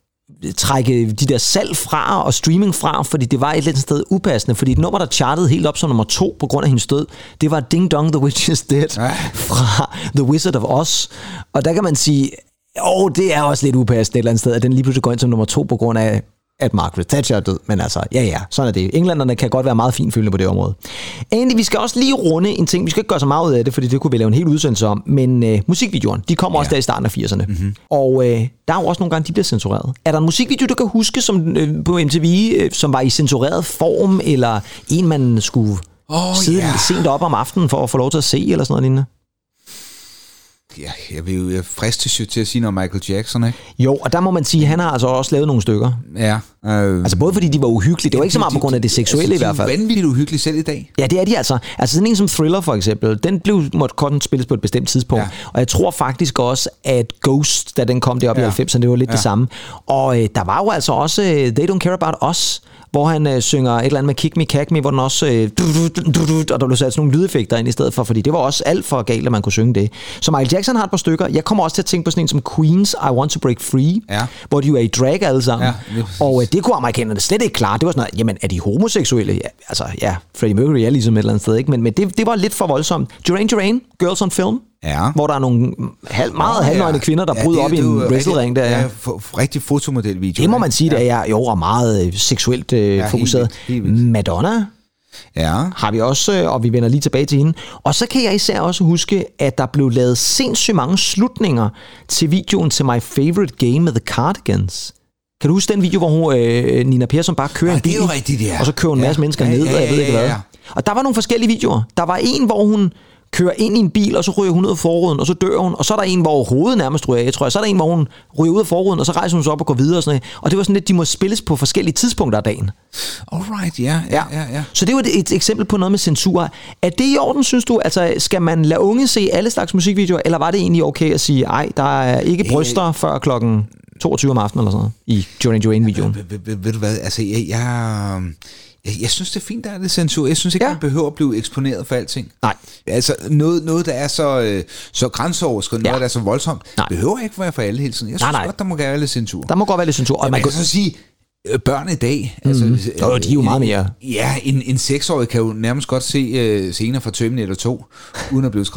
trække de der salg fra og streaming fra, fordi det var et eller andet sted upassende, fordi et nummer, der chartede helt op som nummer to på grund af hendes død, det var Ding Dong, The Witch is Dead fra The Wizard of Oz. Og der kan man sige, åh, det er også lidt upassende et eller andet sted, at den lige pludselig går ind som nummer to på grund af at Margaret Thatcher er død, men altså, ja ja, sådan er det. Englænderne kan godt være meget finfølende på det område. Egentlig, vi skal også lige runde en ting, vi skal ikke gøre så meget ud af det, fordi det kunne vi lave en hel udsendelse om, men øh, musikvideoerne, de kommer ja. også der i starten af firserne. Mm-hmm. Og øh, der er jo også nogle gange, de bliver censureret. Er der en musikvideo, du kan huske som, øh, på M T V, øh, som var i censureret form, eller en, man skulle oh, sidde yeah. sent op om aftenen for at få lov til at se, eller sådan noget lignende? Ja, jeg vil jo fristes til at sige noget Michael Jackson, ikke? Jo, og der må man sige, at han har altså også lavet nogle stykker. Ja. Øh, altså både fordi de var uhyggelige, det var ikke så meget på grund af det seksuelle altså, i hvert fald. De er vanvittigt uhyggelige selv i dag. Ja, det er de altså. Altså sådan en som Thriller for eksempel, den blev måtte kun spilles på et bestemt tidspunkt. Ja. Og jeg tror faktisk også, at Ghost, da den kom derop ja. i halvfemserne, det var lidt ja. det samme. Og øh, der var jo altså også uh, They Don't Care About Us, hvor han øh, synger et eller andet med Kick Me, Cack Me, hvor den også, øh, du, du, du, du, og der blev sat sådan nogle lydeffekter ind i stedet for, fordi det var også alt for galt, at man kunne synge det. Så Michael Jackson har et par stykker. Jeg kommer også til at tænke på sådan en som Queen's I Want to Break Free, ja. hvor de jo er i drag alle sammen. Ja, og øh, det kunne amerikanerne slet ikke klare. Det var sådan noget, jamen er de homoseksuelle? Ja, altså ja, Freddie Mercury er ligesom et eller andet sted, ikke? Men, men det, det var lidt for voldsomt. Duran Duran, Girls on Film. Ja. Hvor der er nogle halv, meget oh, halvnøgne ja. kvinder, der ja, bryder op i en wrestlering der. Ja, ja rigtig fotomodelvideo. Det må man sige, ja. det er jo og meget øh, seksuelt øh, ja, fokuseret. Helt, helt Madonna ja. har vi også, øh, og vi vender lige tilbage til hende. Og så kan jeg især også huske, at der blev lavet sindssygt mange slutninger til videoen til My Favorite Game med The Cardigans. Kan du huske den video, hvor hun, øh, Nina Persson bare kører ja, en bil, det er jo rigtigt, ja. og så kører en masse ja. mennesker ja, ned, ja, ja, og jeg ved ikke ja, ja, hvad. ja. Og der var nogle forskellige videoer. Der var en, hvor hun kører ind i en bil, og så ryger hun ud af forruden, og så dør hun. Og så er der en, hvor hovedet nærmest ryger af, tror jeg. Så er der en, hvor hun ryger ud af forruden, og så rejser hun sig op og går videre. Og, sådan noget. Og det var sådan lidt, de må spilles på forskellige tidspunkter af dagen. Alright, ja, ja, ja, ja. Så det var et, et eksempel på noget med censur. Er det i orden, synes du? Altså, skal man lade unge se alle slags musikvideoer, eller var det egentlig okay at sige, ej, der er ikke bryster øh, før klokken toogtyve om aftenen eller sådan noget, i Duran Duran-videoen? Ved du hvad, altså, jeg... jeg Jeg, jeg synes, det er fint, der er lidt censur. Jeg synes ikke, ja. man behøver at blive eksponeret for alting. Nej. Altså, noget, noget der er så, øh, så grænseoverskridende, ja. noget, der er så voldsomt, nej. behøver ikke være for alle hele tiden. Jeg synes nej, nej. godt, der må være lidt censur. Der må godt være lidt censur. Og ja, man kan så sige, øh, børn i dag... Mm. Altså, øh, de er jo meget mere... Ja, en, en seksårig kan jo nærmest godt se øh, scener fra Terminator to, uden at blive skræmt.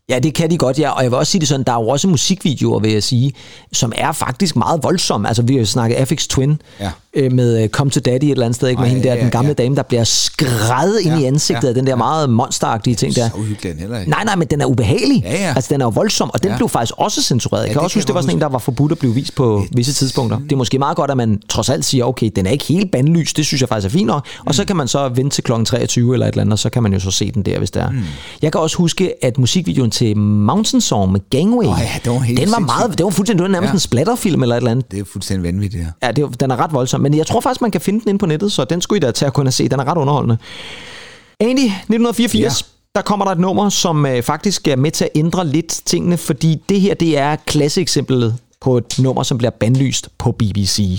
Ja, det kan de godt, ja. Og jeg vil også sige det sådan, der er jo også musikvideoer, vil jeg sige, som er faktisk meget voldsomme. Altså, vi har jo snakket Aphex Twin ja. øh, med Come to Daddy et eller andet sted, ikke? Med Ej, hende der, ja, den gamle ja. dame, der bliver skrevet ind ja, i ansigtet ja, af den der ja. meget monsteragtige ting der. Så uhyggelig heller ikke. Nej, nej, men den er ubehagelig. Ja, ja. Altså, den er jo voldsom, og den ja. blev faktisk også censureret. Jeg ja, kan også huske, det var sådan en, der var forbudt at blive vist på ja, visse tidspunkter. Det er måske meget godt, at man trods alt siger, okay, den er ikke helt bandlyst, det synes jeg faktisk er fint nok. Og mm. så kan man så vente til klokken treogtyve eller et eller andet, og så kan man jo så se den der, hvis det er. Mm. Jeg kan også huske, at musikvideoen til Mountain Song med Gangway, oh, ja, det var helt den var meget, det var fuldstændig, det var nærmest ja. en splatterfilm eller et eller andet. Det er fuldstændig vanvittigt, ja. Ja, det, den er ret voldsom, men jeg tror faktisk, man kan finde den inde på nettet, så den skulle I da tage og kunne se. Den er ret underholdende. Andy, nitten fireogfirs, ja. der kommer der et nummer, som øh, faktisk er med til at ændre lidt tingene, fordi det her, det er klasseeksemplet på et nummer, som bliver bandlyst på B B C.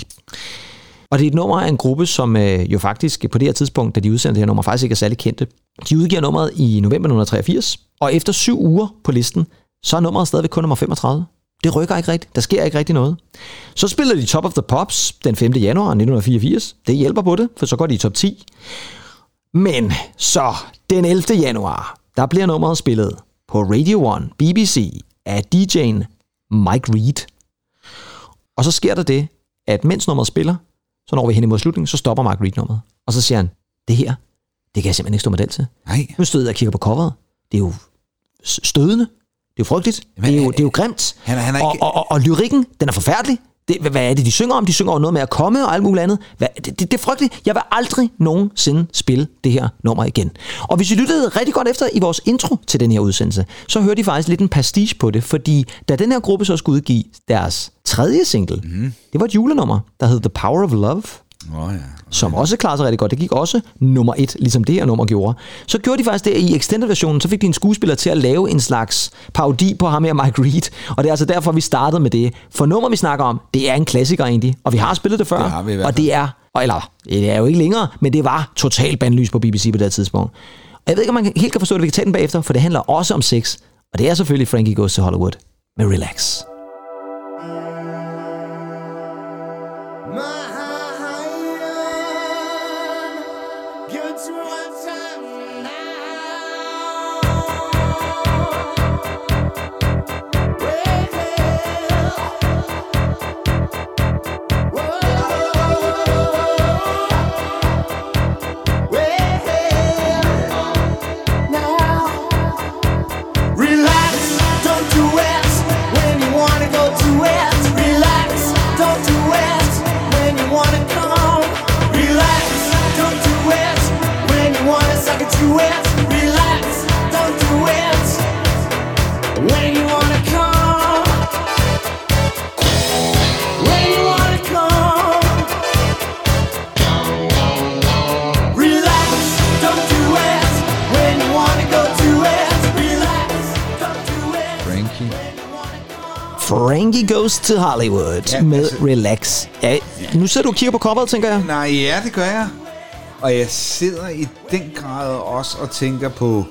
Og det er et nummer af en gruppe, som øh, jo faktisk på det her tidspunkt, da de udsendte det her nummer, faktisk ikke er særlig kendte. De udgiver nummeret i november nitten treogfirs, og efter syv uger på listen, så er nummeret stadigvæk kun nummer femogtredive. Det rykker ikke rigtigt. Der sker ikke rigtig noget. Så spiller de Top of the Pops den femte januar nitten fireogfirs. Det hjælper på det, for så går de i top ti. Men så den ellevte januar, der bliver nummeret spillet på Radio et B B C af D J'en Mike Reed. Og så sker der det, at mens nummeret spiller, så når vi hen imod slutningen, så stopper Mike Reed nummeret. Og så siger han, det her, det kan jeg simpelthen ikke stå model til. Nej. Nu stod jeg og kigger på coveret. Det er jo stødende. Det er jo frygteligt. Jamen, det, er jo, det er jo grimt. Han, han er ikke... og, og, og lyrikken, den er forfærdelig. Det, hvad er det, de synger om? De synger om noget med at komme og alt muligt andet. Hvad, det, det, det er frygteligt. Jeg vil aldrig nogensinde spille det her nummer igen. Og hvis I lyttede rigtig godt efter i vores intro til den her udsendelse, så hørte I faktisk lidt en pastiche på det, fordi da den her gruppe så skulle udgive deres tredje single, mm. det var et julenummer, der hed The Power of Love. Oh, ja. Som også klarede sig rigtig godt. Det gik også nummer et, ligesom det her nummer gjorde. Så gjorde de faktisk det i extended-versionen, så fik de en skuespiller til at lave en slags parodi på ham her, Mike Reed. Og det er altså derfor, vi startede med det. For nummer, vi snakker om, det er en klassiker egentlig. Og vi har spillet det før. Det har vi i hvert fald. Og det er, eller det er jo ikke længere, men det var totalt bandlys på B B C på det tidspunkt. Og jeg ved ikke, om man helt kan forstå det, vi kan tage den bagefter, for det handler også om sex. Og det er selvfølgelig Frankie Goes to Hollywood med Relax. Frankie Goes to Hollywood ja, med altså, Relax. Ja, nu sidder du og kigger på coveret, tænker jeg. Nej, ja, det gør jeg. Og jeg sidder i den grad også og tænker på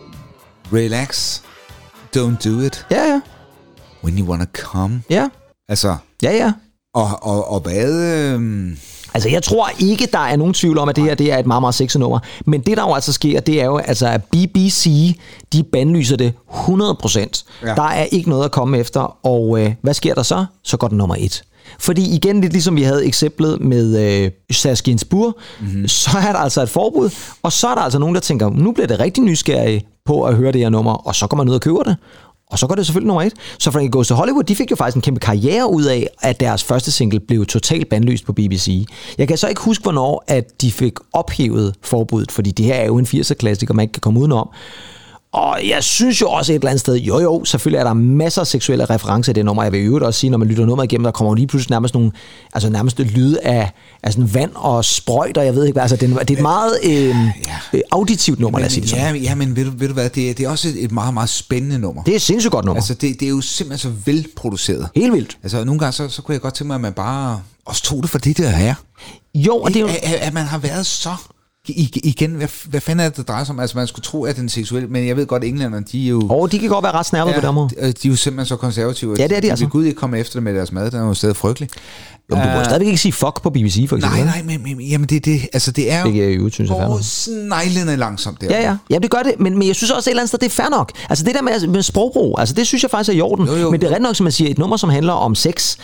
Relax, don't do it. Ja, ja. When you wanna come. Ja. Altså. Ja, ja. Og, og, og hvad... Øhm Altså, jeg tror ikke, der er nogen tvivl om, at det her det er et meget, meget sexet nummer. Men det, der jo altså sker, det er jo, altså, at B B C, de bandlyser det hundrede procent. Ja. Der er ikke noget at komme efter. Og øh, hvad sker der så? Så går den nummer et. Fordi igen, lidt ligesom vi havde eksemplet med øh, Serge Gainsbourg, mm-hmm. så er der altså et forbud. Og så er der altså nogen, der tænker, nu bliver det rigtig nysgerrige på at høre det her nummer. Og så går man ud og køber det. Og så går det selvfølgelig nummer et. Så Frankie Goes to Hollywood, de fik jo faktisk en kæmpe karriere ud af, at deres første single blev totalt bandlyst på B B C. Jeg kan så ikke huske, hvornår at de fik ophævet forbuddet, fordi det her er jo en firser-klassiker, man ikke kan komme udenom. Og jeg synes jo også et eller andet sted, jo jo, selvfølgelig er der masser af seksuelle referencer i det nummer. Jeg vil jo også sige, når man lytter nummeret igennem, der kommer jo lige pludselig nærmest nogle, altså nærmest lyde af, af sådan vand og sprøjt, og jeg ved ikke hvad, altså det er et meget øh, ja. auditivt nummer, men, lad os sige det sådan. Ja, ja, men ved du, ved du hvad, det er, det er også et meget, meget spændende nummer. Det er et sindssygt godt nummer. Altså det, det er jo simpelthen så velproduceret. Helt vildt. Altså nogle gange, så, så kunne jeg godt tænke mig, at man bare også tog det for det der her. Jo, og det er jo... At, at man har været så... I, igen, hvad, hvad fanden er det, det drejer sig om? Altså, man skulle tro, at den er seksuel, men jeg ved godt, at englænderne, de er jo... Åh, oh, de kan godt være ret snærpede ja, på den måde. De, de er jo simpelthen så konservative. Ja, det er de, de altså. Gud ikke komme efter det med deres mad, den er jo stadig frygtelig. Jo, men du må uh, stadigvæk ikke sige fuck på B B C, for eksempel. Nej, nej, men, men jamen det, det, altså det er jo... Det er jo, synes jeg, hvor sneglende langsomt der. Ja, ja. Ja, det gør det, men, men jeg synes også et eller andet sted, det er fair nok. Altså det der med, med sprogbrug, altså det synes jeg faktisk er i orden. Jo, jo, men det er ret nok, som man siger, et nummer, som handler om sex.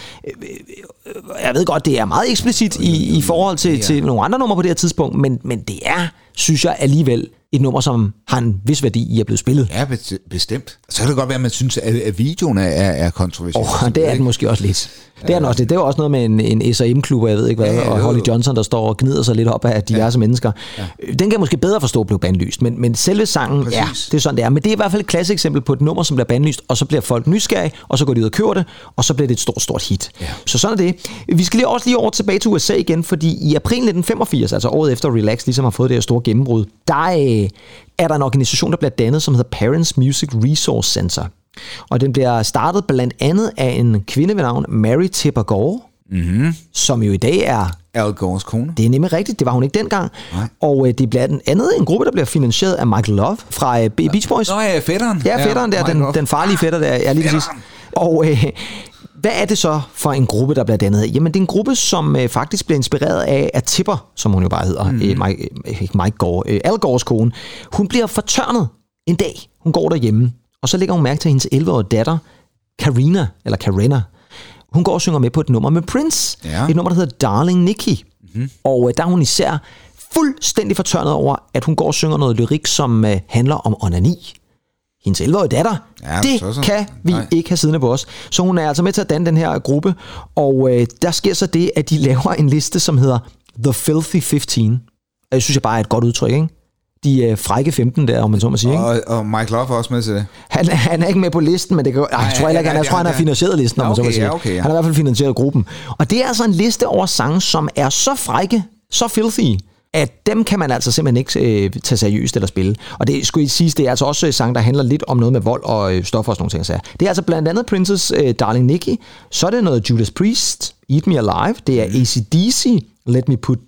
Jeg ved godt, det er meget eksplicit i, i forhold til, ja. til nogle andre numre på det her tidspunkt, men, men det er, synes jeg alligevel, et nummer, som har en vis værdi i at blive spillet. Ja, bestemt. Så kan det godt være, at man synes, at videoen er, er kontroversiel. Åh, oh, det er den måske også lidt. Det er, også, det er jo også noget med en, en S og M-klub, jeg ved ikke hvad, ja, og Holly Johnson, der står og gnider sig lidt op af diverse ja. mennesker. Ja. Den kan jeg måske bedre forstå blev bandlyst, men, men selve sangen, præcis. Ja, det er sådan, det er. Men det er i hvert fald et klassisk eksempel på et nummer, som bliver bandlyst, og så bliver folk nysgerrige, og så går de ud og køber det, og så bliver det et stort, stort hit. Ja. Så sådan er det. Vi skal lige også lige over tilbage til U S A igen, fordi i april nitten femogfirs, altså året efter Relax ligesom har fået det her store gennembrud, der er, er der en organisation, der bliver dannet, som hedder Parents Music Resource Center. Og den bliver startet blandt andet af en kvinde ved navn Mary Tipper Gore, mm-hmm. som jo i dag er... Al Gores kone. Det er nemlig rigtigt, det var hun ikke dengang. Nej. Og øh, det bliver den andet en gruppe, der bliver finansieret af Michael Love fra øh, Beach Boys. Nå ja, fætteren. Ja, fætteren ja, der, den, den farlige fætter der, ja lige præcis. Og øh, hvad er det så for en gruppe, der bliver dannet? Jamen det er en gruppe, som øh, faktisk bliver inspireret af, at Tipper, som hun jo bare hedder, mm. øh, Mike, øh, ikke Mike Gore, øh, Al Gores kone, hun bliver fortørnet en dag. Hun går derhjemme. Og så lægger hun mærke til hendes elleve-årige datter, Karina, eller Karina. Hun går og synger med på et nummer med Prince. Ja. Et nummer, der hedder Darling Nikki. Mm-hmm. Og øh, der er hun især fuldstændig fortørnet over, at hun går og synger noget lyrik, som øh, handler om onani. Hendes elleve-årige datter, ja, det så så. kan vi Nej. ikke have siddende på os. Så hun er altså med til at danne den her gruppe. Og øh, der sker så det, at de laver en liste, som hedder The Filthy femten. Og det synes jeg bare er et godt udtryk, ikke? De øh, frække femten der, om man så må sige. Ikke? Og, og Mike Love er også med til det. Han, han er ikke med på listen, men det kan, ej, jeg tror, ja, ikke, han, jeg tror, han har finansieret listen, om ja, okay, man så må sige. Ja, okay, ja. Han har i hvert fald finansieret gruppen. Og det er altså en liste over sange, som er så frække, så filthy, at dem kan man altså simpelthen ikke øh, tage seriøst eller spille. Og det skulle I sige, det er altså også sange, der handler lidt om noget med vold og øh, stoffer og sådan nogle ting. Så det er altså blandt andet Prince's øh, Darling Nikki, så er det noget Judas Priest, Eat Me Alive, det er A C D C, Let Me Put,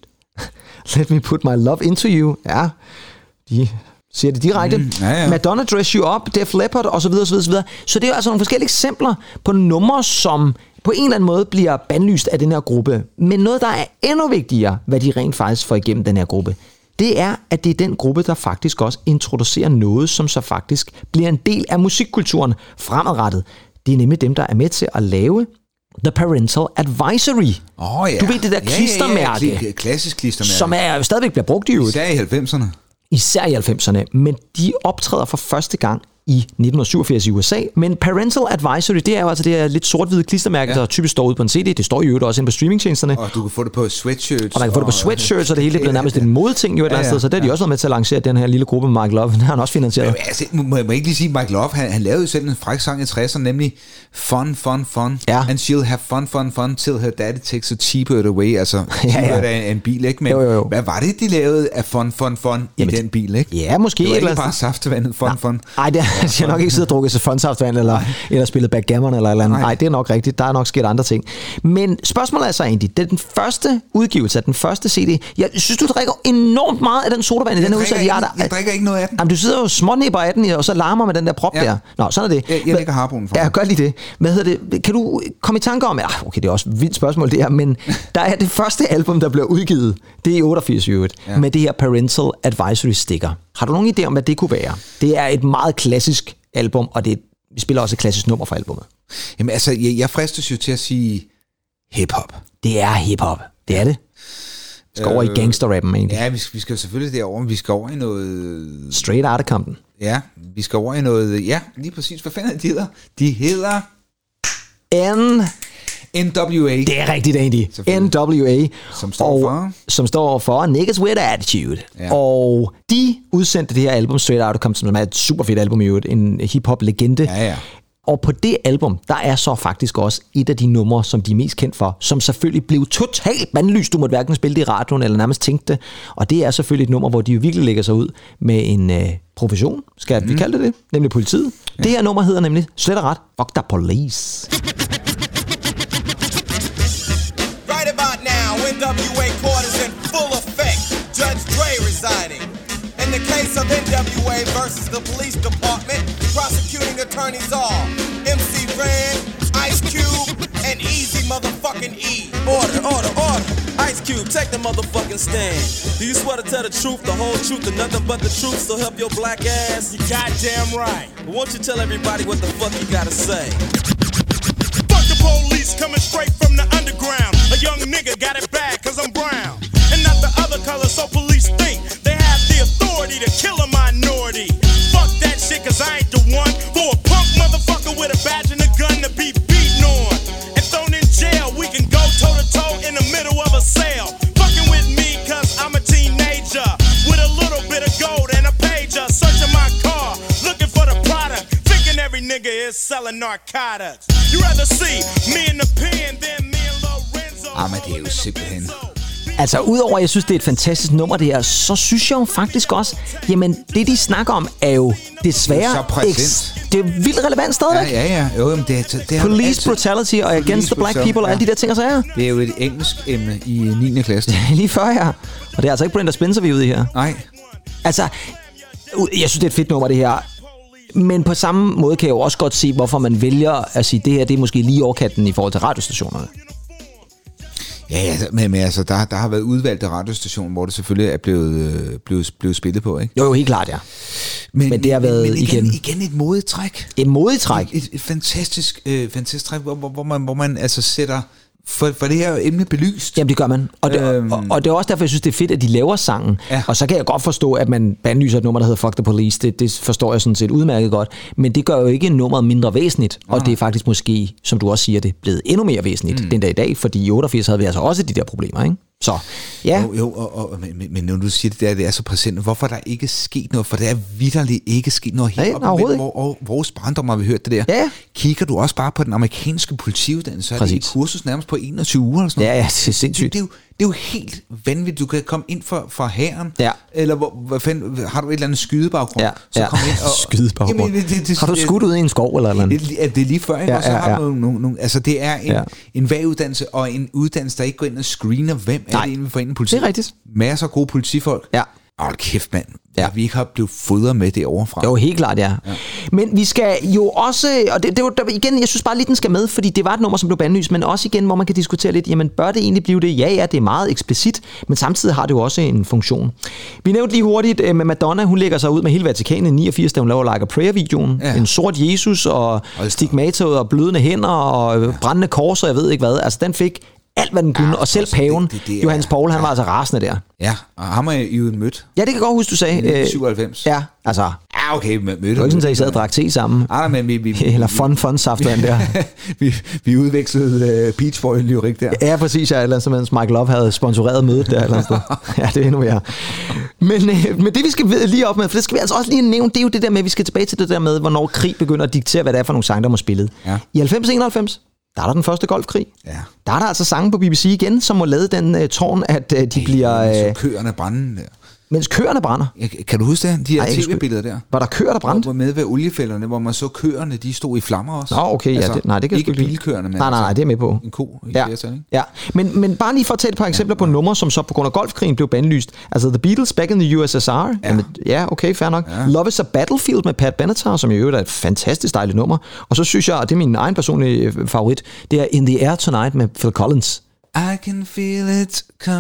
Let Me Put My Love Into You, ja, de siger det direkte. Mm, ja, ja. Madonna Dress You Up, Def Leppard osv. osv. Så det er jo altså nogle forskellige eksempler på numre, som på en eller anden måde bliver bandlyst af den her gruppe. Men noget, der er endnu vigtigere, hvad de rent faktisk får igennem den her gruppe, det er, at det er den gruppe, der faktisk også introducerer noget, som så faktisk bliver en del af musikkulturen fremadrettet. Det er nemlig dem, der er med til at lave The Parental Advisory. Oh, ja. Du ved det der klistermærke, ja, ja, ja. Klassisk klistermærke, som er stadigvæk bliver brugt i øvrigt. Især i halvfemserne. Især i halvfemserne, men de optræder for første gang i nitten syvogfirs i U S A. Men Parental Advisory, det er jo altså det her lidt sort-hvide klistermærke, ja. der typisk står ude på en C D. Det står i øvrigt også inde på streamingtjenesterne. Og du kan få det på sweatshirts. Og man kan få det på sweatshirts, og det hele det bliver nærmest en modeting jo et eller andet sted. Så det har de også været med til at lancere den her lille gruppe med Mike Love. Den har han også finansieret. Men, altså, må jeg ikke lige sige, Mike Love, han, han lavede jo selv en fræk sang i tresserne, nemlig Fun, Fun, Fun. Ja. And she'll have fun, fun, fun, till her daddy takes a cheaper away. Altså, ja, ja. Det er en bil, ikke? Men jo, jo, jo. Hvad var det, de lavede af Fun, Fun, Fun i den bil, ikke? Ja, måske. Det var ikke bare saftevandet Fun, Fun. Nej, det har nok ikke siddet og drukket sig funsaftevand, eller, eller spillet backgammon, eller eller andet. Nej, det er nok rigtigt. Der er nok sket andre ting. Men spørgsmålet er så egentlig, det er den første udgivelse af den første C D. Jeg synes, du drikker enormt meget af den sodavand i den her udsat. Jeg, jeg drikker ikke noget af den. Jamen, du sidder jo smånipper af den, og så larmer med den der prop ja. der. Nå, sådan er det. Jeg, jeg lægger harponen for. Ja, gør lige det. Hvad hedder det? Kan du komme i tanke om, ja, okay, det er også et vildt spørgsmål det her, men der er det første album, der blev udgivet, det er i otteogfirs i øvrigt, ja. med det her Parental Advisory sticker. Har du nogen idé om, hvad det kunne være? Det er et meget klassisk album, og det er, vi spiller også et klassisk nummer fra albumet. Jamen altså, jeg, jeg fristes jo til at sige hip-hop. Det er hip-hop. Det er det. Vi skal øh, over i gangsterrappen, egentlig. Ja, vi, vi skal jo selvfølgelig derover, men vi skal over i noget... Straight Outta Compton. Ja, vi skal over i noget... Ja, lige præcis. Hvad fanden er de hedder? De hedder... N... N W A. Det er rigtigt, egentlig. N W A. Som står og, for? Som står for Niggas With Attitude. Ja. Og de udsendte det her album, Straight Outta Compton, som er et super fedt album i øvrigt. En hip-hop-legende. Ja, ja. Og på det album, der er så faktisk også et af de numre, som de er mest kendt for, som selvfølgelig blev totalt bandlyst. Du måtte hverken spille det i radioen eller nærmest tænke det. Og det er selvfølgelig et nummer, hvor de jo virkelig lægger sig ud med en øh, profession, skal mm. vi kalde det det, nemlig politiet. Ja. Det her nummer hedder nemlig slet og ret Fuck the Police. Right about now, N W A court is in full effect. Judge Dre residing. In the case of N W A versus the police department, prosecuting attorneys are M C Ren, Ice Cube, and easy motherfucking E. Order, order, order. Ice Cube, take the motherfucking stand. Do you swear to tell the truth, the whole truth, and nothing but the truth, so help your black ass? You goddamn right. Well, won't you tell everybody what the fuck you gotta say? Fuck the police coming straight from the underground. A young nigga got it bad cause I'm brown. And not the other color, so police think they have the authority to kill a minority. Fuck that shit cause I ain't the one for a punk motherfucker with a badge and a gun to be beaten on and thrown in jail. We can go toe to toe in the middle of a sale. Fucking with me cause I'm a teenager with a little bit of gold and a pager. Searching my car, looking for the product, thinking every nigga is selling narcotics. You rather see me in the pen than me and Lorenzo. Ah, men det er jo simpelthen... Altså, udover at jeg synes, det er et fantastisk nummer, det her, så synes jeg jo faktisk også, jamen, det de snakker om, er jo desværre... Det er så præsent. Det er vildt relevant stadigvæk. Ja, ja, ja. Jo, men det, det Police altid, brutality og police against the black brutality, people og alle de der ting og sager. Det er jo et engelsk emne i niende klasse. Lige før, ja. Og det er altså ikke Brenda Spencer, vi er ude i her. Nej. Altså, jeg synes, det er et fedt nummer, det her. Men på samme måde kan jeg jo også godt se, hvorfor man vælger at sige, det her det er måske lige overkanten i forhold til radiostationerne. Ja, ja, men, men altså, der, der har været udvalgte radiostationer, hvor det selvfølgelig er blevet, øh, blevet, blevet spillet på, ikke? Jo, jo, helt klart, ja. Men, men det har været men igen, igen... igen et modetræk. Et modetræk? Et, et, et fantastisk, øh, fantastisk træk, hvor, hvor, man, hvor man altså sætter... For, for det her emne belyst. Jamen det gør man. Og det, øhm. og, og det er også derfor, jeg synes, det er fedt, at de laver sangen. Ja. Og så kan jeg godt forstå, at man bandlyser et nummer, der hedder Fuck the Police. Det, det forstår jeg sådan set udmærket godt. Men det gør jo ikke nummeret mindre væsentligt. Ah. Og det er faktisk måske, som du også siger, det er blevet endnu mere væsentligt mm. den dag i dag. Fordi i otteogfirs havde vi altså også de der problemer, ikke? Så, ja. Jo, jo og, og, men, men når du siger det der, det er så præsent. Hvorfor der ikke sket noget? For det er vitterligt ikke sket noget helt ja, op med hvor, vores barndom har vi hørt det der. Ja. Kigger du også bare på den amerikanske politiuddannelse, så er det et kursus nærmest på enogtyve uger eller sådan noget. Ja, ja, det er sindssygt. Det, det, er jo, det er jo helt vanvittigt. Du kan komme ind for, for hæren, ja. eller hvor, hvad fanden, har du et eller andet skydebaggrund, ja. så ja. kom ind og... skydebaggrund. Jamen, det, det, det, har du skudt ud i en skov eller noget? Det, det, det er lige før, ikke? Ja, og så ja, har ja. du nogle, nogle, nogle, altså det er en, ja. en vaguddannelse, og en uddannelse, der ikke går ind og screener, hvem Nej. er det inden for inden politi. Det er rigtigt. Masser af gode politifolk. Ja. Åh, kæft mand. Ja. Ja. Vi ikke har blevet fodret med det overfra. Jo, helt klart, ja. ja. Men vi skal jo også, og det, det var igen, jeg synes bare lige, den skal med, fordi det var et nummer, som blev bandlyst, men også igen, hvor man kan diskutere lidt, jamen bør det egentlig blive det? Ja, ja, det er meget eksplicit, men samtidig har det jo også en funktion. Vi nævnte lige hurtigt med Madonna, hun lægger sig ud med hele Vatikanen i niogfirs, da hun laver Like a Prayer-videoen. Ja. En sort Jesus og stigmata og blødende hænder og ja. brændende kors, og jeg ved ikke hvad. Altså, den fik alt, hvad den kunne, ja, og selv paven, det, det, det, Johannes Paul, han var altså rasende der. Ja, og ham har jeg jo mødt. Ja, det kan godt huske, du sagde. nitten syvoghalvfems. Ja, altså... Ja, okay, mødte. Det var ikke sådan, at I sad og drak te sammen. Nej, men vi... vi Eller fun, fun saftvand der. vi, vi udvekslede uh, Peach Boy-lyrik der. Ja, præcis. Ja, eller som Mike Love havde sponsoreret mødet der. Eller sted. Ja, det er endnu mere. Men, øh, men det, vi skal lige op med, for det skal vi altså også lige nævne, det er jo det der med, at vi skal tilbage til det der med, hvornår krig begynder at diktere, hvad det er for nogle sange, der må spillet. Ja. I halvfems enoghalvfems, der er der den første golfkrig. Ja. Der er der altså sange på B B C igen, som må lade den uh, tårn, at uh, de hey, bliver... Uh, så køerne brænde der. Mens køerne brænder. Ja, kan du huske det? De her tv-billeder der. Var der køer, der brændte? Hvor med ved oliefælderne, hvor man så køerne, de stod i flammer også. Nå, okay. Altså, ja, det, nej, det kan ikke bilkøerne, men nej, nej, nej, det er med på. En ko i ja. flertal, ikke? Ja, men, men bare lige for at tage et par eksempler ja, på numre, som så på grund af golfkrigen blev bandlyst. Altså The Beatles, Back in the U S S R. Ja, Jamen, ja okay, fair nok. Ja. Love is a Battlefield med Pat Benatar, som i øvrigt er et fantastisk dejligt nummer. Og så synes jeg, og det er min egen personlige favorit, det er In the Air Tonight med Phil Collins. I can feel it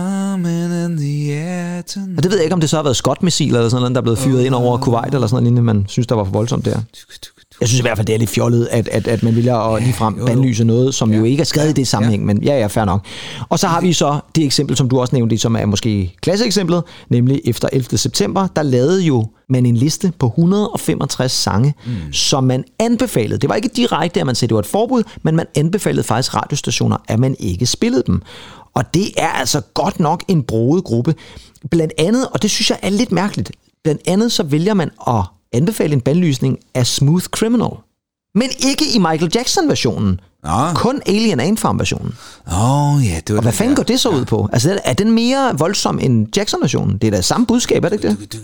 coming in the air tonight. Og det ved jeg ikke, om det så har været Scott-missiler eller sådan noget, der er blevet fyret ind over Kuwait eller sådan noget, man synes, der var for voldsomt der. Jeg synes i hvert fald, det er lidt fjollet, at, at, at man vil at ligefrem bandlyse noget, som ja. jo ikke er skrevet i det sammenhæng, ja. men ja, ja, fair nok. Og så har vi så det eksempel, som du også nævnte, som er måske klasseeksemplet, nemlig efter ellevte september, der lavede jo man en liste på et hundrede og femogtres sange, mm. som man anbefalede. Det var ikke direkte, at man sagde, det var et forbud, men man anbefalede faktisk radiostationer, at man ikke spillede dem. Og det er altså godt nok en broget gruppe. Blandt andet, og det synes jeg er lidt mærkeligt, blandt andet så vælger man at anbefale en bandlysning af Smooth Criminal. Men ikke i Michael Jackson-versionen. Nå. Kun Alien Ant Farm-versionen. Åh, oh, ja, det var. Og hvad fanden går det så ud på? Altså, er den mere voldsom end Jackson-versionen? Det er da samme budskab, er det ikke det?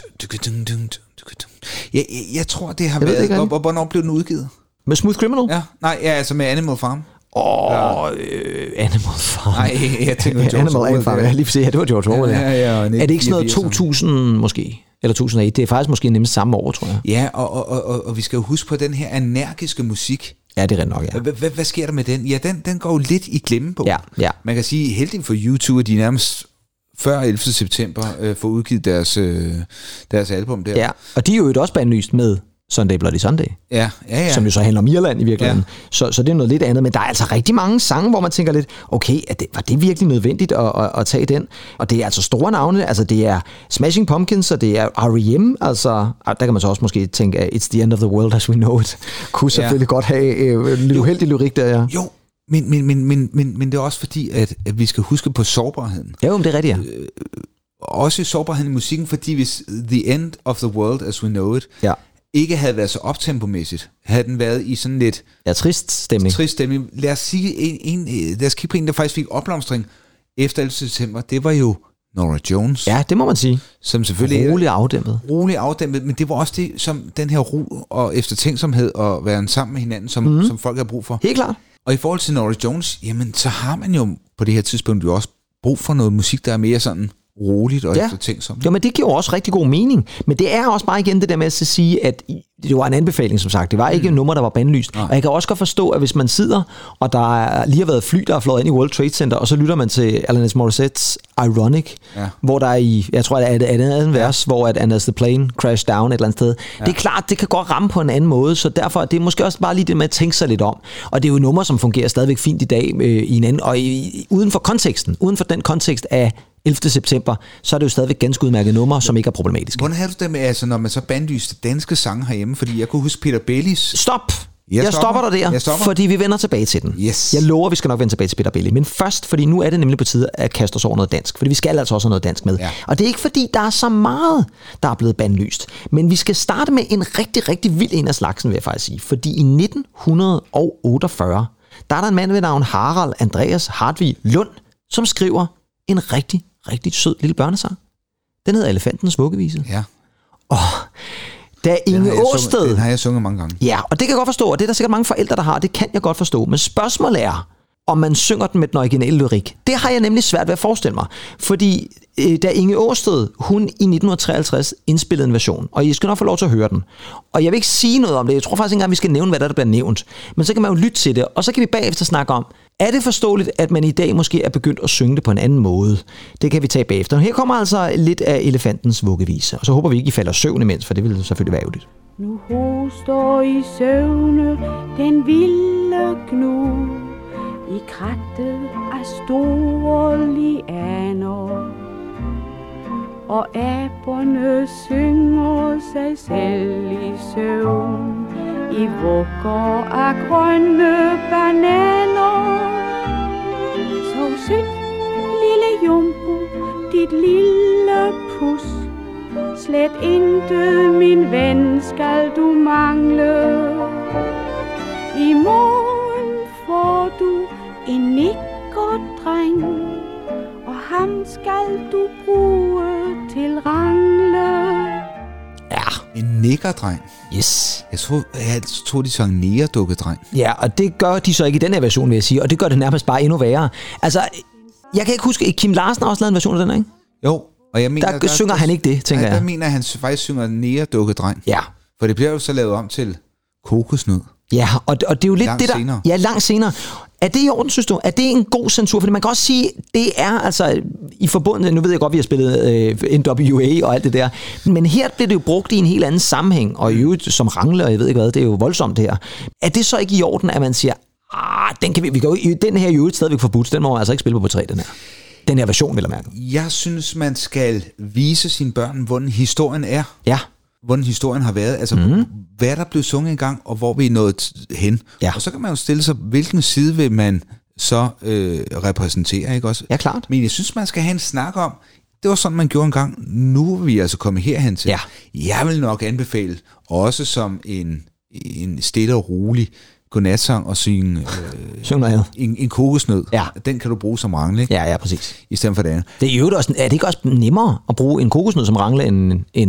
Jeg, jeg, jeg tror, det har jeg været... Ikke, hvornår blev den udgivet? Med Smooth Criminal? Ja, nej, ja, altså med Animal Farm. Åh, oh, øh, Animal Farm. Nej, jeg tænker George Animal Orwell. Farm, ja, lige for se, ja, det var George Orwell. Ja, ja, ja, er det ikke sådan noget to tusind måske? Eller to tusind og et? Det er faktisk måske nemmest samme år, tror jeg. Ja, og, og, og, og vi skal jo huske på den her energiske musik, Ja, det er rent nok, ja. Hvad, hvad, hvad sker der med den? Ja, den, den går jo lidt i glemme på. Ja, ja. Man kan sige, heldigt for U to, at de nærmest før ellevte september øh, får udgivet deres, øh, deres album der. Ja, og de er jo også bandlyst med Sunday Bloody Sunday, ja, ja, ja. som jo så handler om Irland i virkeligheden. Ja. Så, så det er noget lidt andet, men der er altså rigtig mange sange, hvor man tænker lidt, okay, er det, var det virkelig nødvendigt at, at, at tage den? Og det er altså store navne, altså det er Smashing Pumpkins, og det er R E M, altså der kan man så også måske tænke, at It's the End of the World as we know it, kunne selvfølgelig ja. godt have øh, lidt uheldig lyrik der, ja. Jo, men, men, men, men, men, men det er også fordi, at, at vi skal huske på sårbarheden. Ja, men det er rigtigt, ja. Øh, også sårbarheden i musikken, fordi hvis The End of the World as we know it, ja. ikke havde været så optempomæssigt, havde den været i sådan lidt... Ja, trist stemning. Trist stemning. Lad os sige, en, en, lad os kigge på en, der faktisk fik opblomstring efter ellevte september. Det var jo Norah Jones. Ja, det må man sige. Som selvfølgelig... Rolig afdæmpet. Rolig afdæmpet, men det var også det, som den her ro og eftertænksomhed og være sammen med hinanden, som, mm. som folk har brug for. Helt klart. Og i forhold til Norah Jones, jamen, så har man jo på det her tidspunkt jo også brug for noget musik, der er mere sådan... roligt og ja. eftertænksomt. Jo, men det giver jo også rigtig god mening. Men det er også bare igen det der med at sige, at det var en anbefaling, som sagt. Det var ikke mm. et nummer, der var bandlyst. Nej. Og jeg kan også godt forstå, at hvis man sidder, og der lige har været fly, der er flået ind i World Trade Center, og så lytter man til Alanis Morissette's Ironic, ja. hvor der er i, jeg tror, det er et andet vers, ja. hvor at And as the plane crashed down et eller andet sted. Ja. Det er klart, det kan godt ramme på en anden måde, så derfor det er måske også bare lige det med at tænke sig lidt om. Og det er jo et nummer, som fungerer stadigvæk fint i dag, øh, i en anden, og i, uden for konteksten, uden for den kontekst af ellevte september, så er det jo stadigvæk ganske udmærket nummer, som ikke er problematisk. Hvordan har du det med, altså, når man så bandlyste danske sange herhjemme? Fordi jeg kunne huske Peter Bellis... Stop! Jeg, jeg stopper dig der, stopper. fordi vi vender tilbage til den. Yes. Jeg lover, vi skal nok vende tilbage til Peter Belli. Men først, fordi nu er det nemlig på tide at kaste os over noget dansk. Fordi vi skal altså også have noget dansk med. Ja. Og det er ikke fordi, der er så meget, der er blevet bandlyst. Men vi skal starte med en rigtig, rigtig vild en af slagsen, vil jeg faktisk sige. Fordi i nitten otteogfyrre, der er der en mand ved navn Harald Andreas Hartvig Lund, som skriver en rigtig, rigtig sød lille børnesang. Den hedder Elefantens Vuggevise. Ja. Åh... Da Inge Åsted... Den har jeg sunget mange gange. Ja, og det kan jeg godt forstå, og det er der sikkert mange forældre, der har, det kan jeg godt forstå. Men spørgsmålet er, om man synger den med den originale lyrik. Det har jeg nemlig svært ved at forestille mig. Fordi øh, da Inge Åsted, hun i nitten treoghalvtreds indspillede en version, og I skal nok få lov til at høre den. Og jeg vil ikke sige noget om det, jeg tror faktisk ikke engang, vi skal nævne, hvad der, der bliver nævnt. Men så kan man jo lytte til det, og så kan vi bagefter snakke om, er det forståeligt, at man i dag måske er begyndt at synge det på en anden måde? Det kan vi tage bagefter. Her kommer altså lidt af Elefantens Vuggevise, og så håber vi ikke, I falder søvn imens, for det vil selvfølgelig være ærgerligt. Nu hoster i søvne den vilde gnu i krattet af store lianer, og aberne synger sig selv i søvn i vugger af grønne bananer. Så syng, lille jumbo, dit lille pus, slet intet, min ven, skal du mangle. I morgen får du en nikkerdreng, og ham skal du bruge til rangle. Ja, en nikkerdreng. Yes. Jeg tror, jeg tror de sang negerdukkedreng. Ja, og det gør de så ikke i den her version, vil jeg sige, og det gør det nærmest bare endnu værre. Altså, jeg kan ikke huske, Kim Larsen har også lavet en version af den, ikke? Jo, og jeg mener... Der, der synger der, han ikke det, tænker nej, jeg. Der mener han faktisk synger negerdukkedreng. Ja. For det bliver jo så lavet om til kokosnød. Ja, og, og det er jo lidt langt det der... Senere. Ja, langt senere. Er det i orden, synes du? Er det en god censur? Fordi man kan også sige, det er altså i forbundet... Nu ved jeg godt, vi har spillet øh, N W A og alt det der. Men her bliver det jo brugt i en helt anden sammenhæng. Og jo som rangle, og jeg ved ikke hvad, det er jo voldsomt det her. Er det så ikke i orden, at man siger, ah, den, kan vi, vi kan jo, den her er jo stadigvæk forbudt. Den må man altså ikke spille på på tre, den her. Den her version, vil jeg mærke. Jeg synes, man skal vise sine børn, hvordan historien er. Ja. Hvordan historien har været. Altså, mm. hvad der blev sunget engang, og hvor vi er nået hen. Ja. Og så kan man jo stille sig, hvilken side vil man så øh, repræsentere, ikke også? Ja, klart. Men jeg synes, man skal have en snak om, det var sådan, man gjorde engang. Nu er vi altså kommet herhen til. Ja. Jeg vil nok anbefale, også som en, en stille og rolig godnatsang og synge øh, en, en kokosnød. Ja. Den kan du bruge som rangle, ikke? Ja, ja, præcis. I stedet for det andet. Det er jo også, er det ikke også nemmere at bruge en kokosnød som rangle end en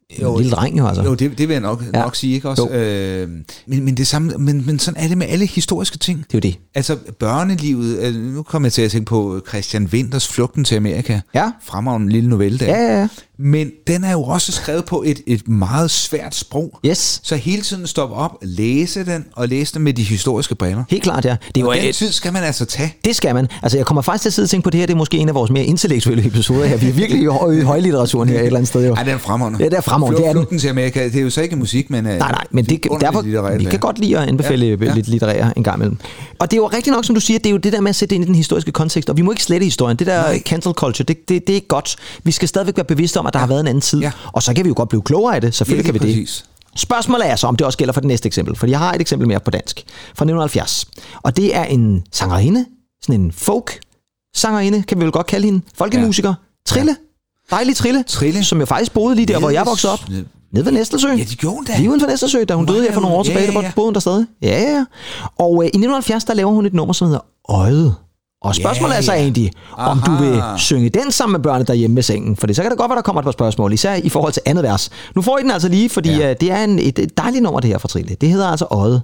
en lille dreng jo altså. Jo, det, det vil jeg nok, ja. nok sige, ikke også? Øh, men, men, det samme, men, men sådan er det med alle historiske ting. Det er jo det. Altså børnelivet, nu kommer jeg til at tænke på Christian Winthers Flugten til Amerika. Ja. Fremragende lille novelle der. Ja, ja, ja. Men den er jo også skrevet på et, et meget svært sprog. Yes. Så hele tiden stoppe op, læse den, og læse den med de historiske briller. Helt klart, ja. Det er jo og den et... tid skal man altså tage. Det skal man. Altså, jeg kommer faktisk til at sidde og tænke på det her. Det er måske en af vores mere intellektuelle episoder her. Vi er virkelig i høj, højlitteraturen her et eller andet sted. Jo. Ej, den er fremragende. Ja, det er fremragende. Det er Flugten til Amerika, det er jo så ikke musik, men... Nej, nej, men det, derfor, vi kan godt lide at anbefale ja, ja. lidt litterære en gang imellem. Og det er jo rigtigt nok, som du siger, det er jo det der med at sætte ind i den historiske kontekst. Og vi må ikke slette historien. Det der nej. cancel culture, det, det, det er ikke godt. Vi skal stadigvæk være bevidste om, at der ja. har været en anden tid. Ja. Og så kan vi jo godt blive klogere af det. Selvfølgelig ja, kan vi præcis. det. Spørgsmålet er så, om det også gælder for det næste eksempel. For jeg har et eksempel mere på dansk. Fra nitten halvfjerds. Og det er en sangerinde. Sådan en folk-sangerinde, kan vi vel godt kalde hende. Folkemusiker. Ja. Trille. Ja. Dejlig Trille. Trille. Som jo faktisk boede lige der, hvor jeg voksede op. Nede ved Næstelsø. Ja, de gjorde det. Lige uden for Næstelsø, da hun wow. døde her for nogle år tilbage. Ja, ja, ja. Der boede hun der stadig. Ja, ja. Og øh, i nitten halvfjerds, der laver hun et nummer, som hedder Øjet. Og spørgsmålet yeah, er så egentlig, yeah. om du vil synge den sammen med børnene derhjemme med sengen. For det så kan det godt være, der kommer et par spørgsmål, især i forhold til andet vers. Nu får I den altså lige, fordi yeah. uh, det er en, et, et dejligt nummer, det her fra Trille. Det hedder altså Øjet.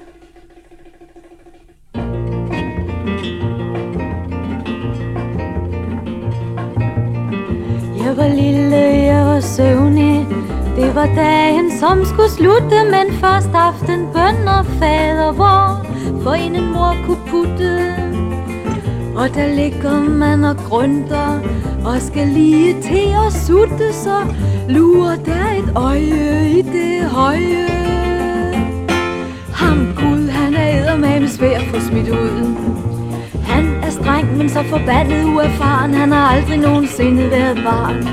Jeg var lille, jeg var søvnig. Det var dagen, som skulle slutte, men først aften bøn og fader vor, for inden mor kunne putte. Og der ligger man og grønter og skal lige til at sutte, så lurer der et øje i det høje. Ham Gud, han er eddermame svær at få smidt ud. Han er streng, men så forbandet uerfaren. Han har aldrig nogensinde været barn.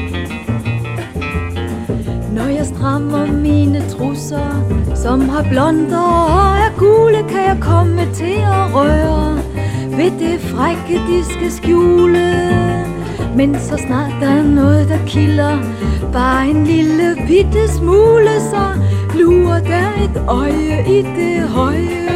Når jeg strammer mine trusser, som har blonder og er gule, kan jeg komme til at røre ved det frække, de skal skjule. Men så snart der er noget, der kilder, bare en lille bitte smule, så lurer der et øje i det høje.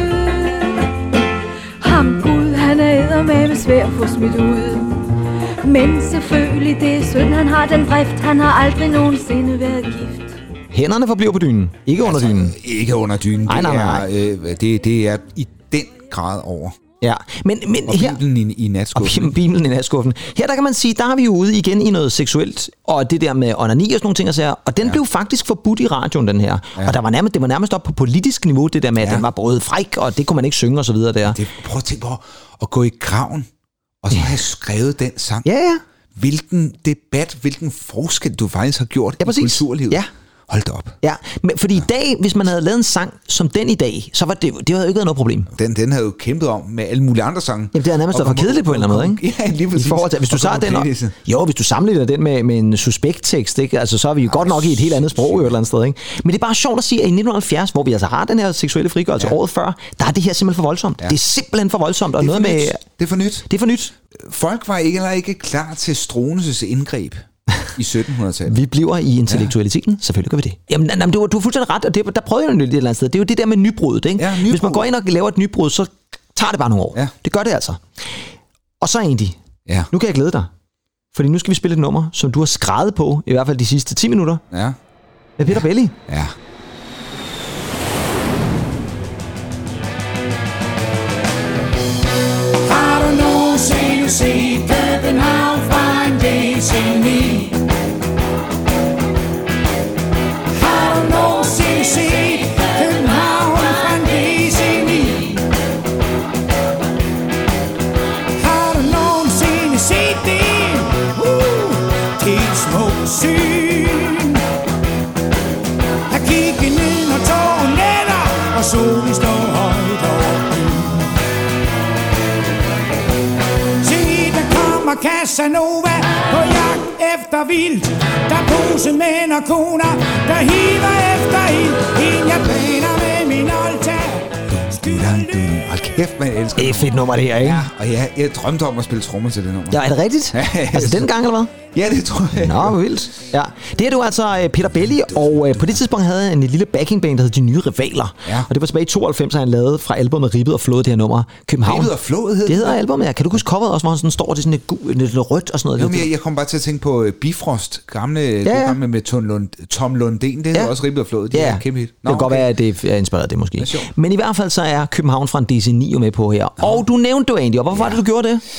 Ham Gud, han er eddermame svær at få smidt ud. Men selvfølgelig, det er synd, han har den drift. Han har aldrig nogensinde været gift. Hænderne forbliver på dynen, ikke under altså, dynen. Ikke under dynen. Nej, nej, nej. Det er, øh, det, det er i den grad over. Ja, men, men og her, Bibelen i, i natskuffen. Og Bibelen i natskuffen. Her der kan man sige, der har vi jo ude igen i noget seksuelt, og det der med onani og sådan nogle ting og sager, og den ja. blev faktisk forbudt i radioen, den her. Ja. Og der var nærmest, det var nærmest op på politisk niveau, det der med, at ja. den var både fræk, og det kunne man ikke synge og så videre der. Det, prøv at tænke på at gå i graven, og så ja. have skrevet den sang. Ja, ja. Hvilken debat, hvilken forskel du faktisk har gjort ja, i kulturlivet. Ja. Hold da op. Ja, men fordi i dag, hvis man havde lavet en sang som den i dag, så var det, det havde jo ikke været noget problem. Den, den havde jo kæmpet om med alle mulige andre sange. Jamen, det havde nærmest været for kedeligt på en eller anden måde, ikke? Ja, lige præcis. I forhold til, hvis du så den og, jo, hvis du sammenligner den med, med en suspekt-tekst, ikke? Altså, så er vi jo ja, godt nok i et helt andet sprog et eller andet sted, ikke? Men det er bare sjovt at sige, at i nitten halvfjerds, hvor vi altså har den her seksuelle frigørelse ja. året før, der er det her simpelthen for voldsomt. Ja. Det er simpelthen for voldsomt. Og det noget med, det er for nyt. Det er for nyt. Folk var ikke eller ikke klar til Struensees indgreb i syttenhundredetallet. Vi bliver i intellektualiteten, ja. Selvfølgelig gør vi det. Jamen, jamen du, du har fuldstændig ret, og det, der prøvede jeg jo et eller andet sted. Det er jo det der med nybruddet, ikke? Ja, nybrud. Hvis man går ind og laver et nybrud, så tager det bare nogle år. Ja. Det gør det altså. Og så egentlig, ja. nu kan jeg glæde dig, fordi nu skal vi spille et nummer, som du har skrevet på, i hvert fald de sidste ti minutter. Ja. Med Peter Belli. Ja. Har du nogensinde set København fra en Daisy? Har du nogensinde set København fra en Daisy? Har du nogensinde set det? Uh, det er et smukt syn. At kigge ned, når tågen letter, og solen står højt over byen. Se, der kommer Casanova på jagt efter vildt. Der er posemænd og koner, der hiver efter ild. En japaner med min olta skylder lyd. kæft, man elsker det er et fedt nummer, det her, ikke? Ja, og jeg, jeg drømte om at spille trommer til det nummer. Ja, er det rigtigt? Altså den gang, eller hvad? Ja, det tror jeg. Nå, hvor vildt. Ja. Det er du altså Peter Belli, og øh, på det tidspunkt havde han en lille backingband, der hed De Nye Rivaler. Ja. Og det var tilbage i tooghalvfems, han lavede fra albumet Ribbet og Flået det her nummer. København. Ribbet og Flået hed det? hedder albumet, ja. Kan du huske coveret også, hvor han sådan står til sådan et, gu- lidt rødt og sådan noget? Jo, men jeg, jeg kom bare til at tænke på uh, Bifrost, gamle, ja, ja. gamle med Tom, Lund, Tom Lundén. Det hedder ja. også Ribbet og Flået. Det ja. er kæmpe hit. Nå, det kan okay. godt være, at det er inspireret af det måske. Det men i hvert fald så er København fra en D C ni med på her. Ja. Og du nævnte du egentlig, og hvorfor ja. var det, du gjorde det?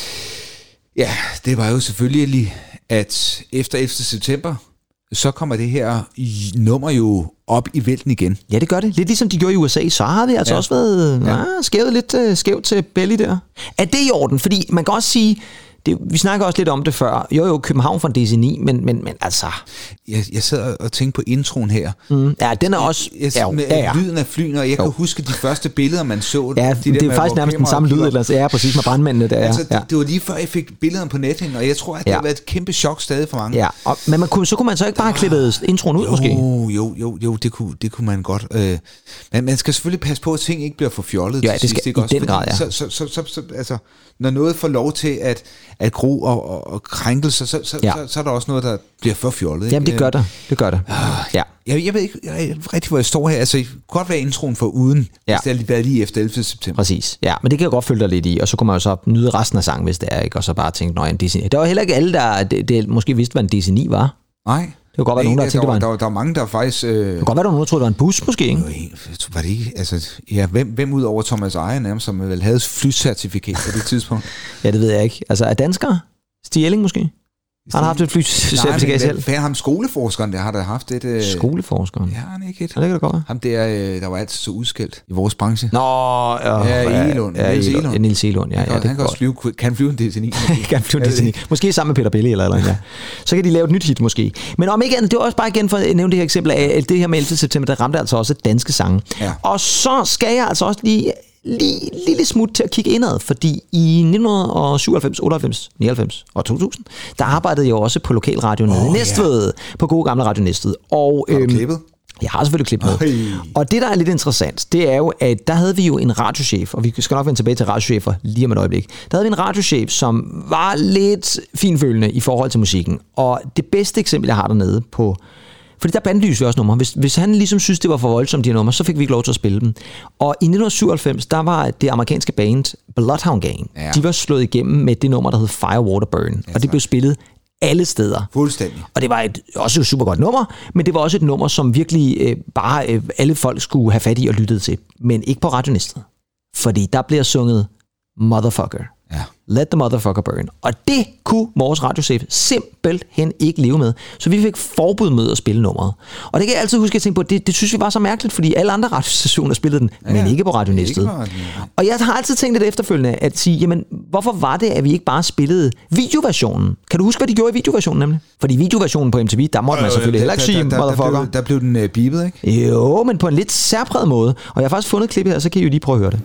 Ja, det var jo selvfølgelig, at efter ellevte september, så kommer det her nummer jo op i vælten igen. Ja, det gør det. Lidt ligesom de gjorde i U S A, så har vi altså ja. også været ja. Ja, skævet lidt uh, skævt til Belli der. Er det i orden? Fordi man kan også sige, det, vi snakker også lidt om det før. Jo, jo, København fra D C ni, men, men, men altså... Jeg, jeg sidder og tænker på introen her. Mm. Ja, den er også... Jeg, jeg, med ja, ja. lyden af flyene, og jeg jo. kan huske de første billeder, man så. Ja, de det er faktisk nærmest den samme lyd. Eller, ja, præcis med brandmændene der. Altså, ja. det, det var lige før, jeg fik billederne på nettet, og jeg tror, at det ja. har været et kæmpe chok stadig for mange. Ja, og, men man kunne, så kunne man så ikke bare have klippet introen ud, jo, måske? Jo, jo, jo, det kunne, det kunne man godt. Øh, men man skal selvfølgelig passe på, at ting ikke bliver for fjollet. Ja, det skal sidst, i også, den grad, ja. Så, så, så, så, så, altså, når noget får lov til at, at gro og, og, og krænkelser, så, så, ja. så, så er der også noget, der bliver for fjollet. Ikke? Jamen, det gør det. Det gør det. Ja. Jeg, jeg ved ikke jeg, rigtig, hvor jeg står her. Altså, det kunne godt være introen for uden, ja. hvis det havde været lige efter ellevte september. Præcis. Ja, men det kan jeg godt følge dig lidt i. Og så kunne man jo så nyde resten af sangen, hvis det er, ikke? Og så bare tænke, nå, en D C ni. Der var heller ikke alle, der det, det måske vidste, hvad en D C ni var. Nej. Det kunne godt være nogen, der, der tænkte, det var en... Der, der, der var mange, der faktisk... Øh... Det kunne godt være, der var nogen, der troede, det var en bus, måske, ikke? Var det ikke... Altså, ja, hvem, hvem ud over Thomas Ejer, nærmest, som vel havde flycertifikat på det tidspunkt? Ja, det ved jeg ikke. Altså, er danskere? Stig Elling, måske? Har han haft et flycertifikat selv? Nej, ham skoleforskeren, der har der haft et... Øh... Skoleforskeren? Ja, han er ikke et. Ja, det kan det godt være. Ham der, øh, der var altid så udskilt i vores branche. Nå, ja. Ja, Egelund. Ja, Niels Egelund. Niels Egelund, ja. Han kan, ja, det han kan også flyve, kan flyve en D C ni. kan flyve en D C ni. Måske sammen med Peter Belli eller eller ja. Så kan de lave et nyt hit, måske. Men om ikke andet, det var også bare igen for at nævne det her eksempel af, at det her med ellevte september, der ramte altså også danske sange. Ja. Og så skal jeg altså også lige... lige lille smut til at kigge indad, fordi i nitten syvoghalvfems, otteoghalvfems, nioghalvfems og to tusind, der arbejdede jeg også på lokalradio nede oh, i Næstved, yeah. på gode gamle Radio Næstved. Og, har du øhm, klippet? Jeg har selvfølgelig klippet med. Og det, der er lidt interessant, det er jo, at der havde vi jo en radiochef, og vi skal nok vende tilbage til radiochefer lige om et øjeblik. Der havde vi en radiochef, som var lidt finfølende i forhold til musikken. Og det bedste eksempel, jeg har dernede på... Fordi der bandlyste vi også numre. Hvis, hvis han ligesom synes, det var for voldsomt, de her numre, så fik vi ikke lov til at spille dem. Og i nitten syvoghalvfems, der var det amerikanske band Bloodhound Gang. Ja. De var slået igennem med det nummer, der hed Fire, Water, Burn. Ja, og det blev spillet alle steder. Fuldstændig. Og det var et, også et super godt nummer, men det var også et nummer, som virkelig øh, bare øh, alle folk skulle have fat i og lytte til. Men ikke på Radio Næstved. Fordi der bliver sunget Motherfucker. Ja. Let the motherfucker burn. Og det kunne vores radiochef simpelthen ikke leve med. Så vi fik forbud med at spille nummeret. Og det kan jeg altid huske at tænke på, det, det synes vi var så mærkeligt, fordi alle andre radiostationer spillede den, ja, men ikke på Radio Næstved. Og jeg har altid tænkt det efterfølgende, at sige, jamen, hvorfor var det, at vi ikke bare spillede videoversionen? Kan du huske, hvad de gjorde i videoversionen nemlig? Fordi videoversionen på M T V, der måtte øh, man selvfølgelig heller ikke sige motherfucker. Der blev, der blev den uh, beepet, ikke? Jo, men på en lidt særpræget måde. Og jeg har faktisk fundet et klip her, så kan I jo lige prøve at høre det.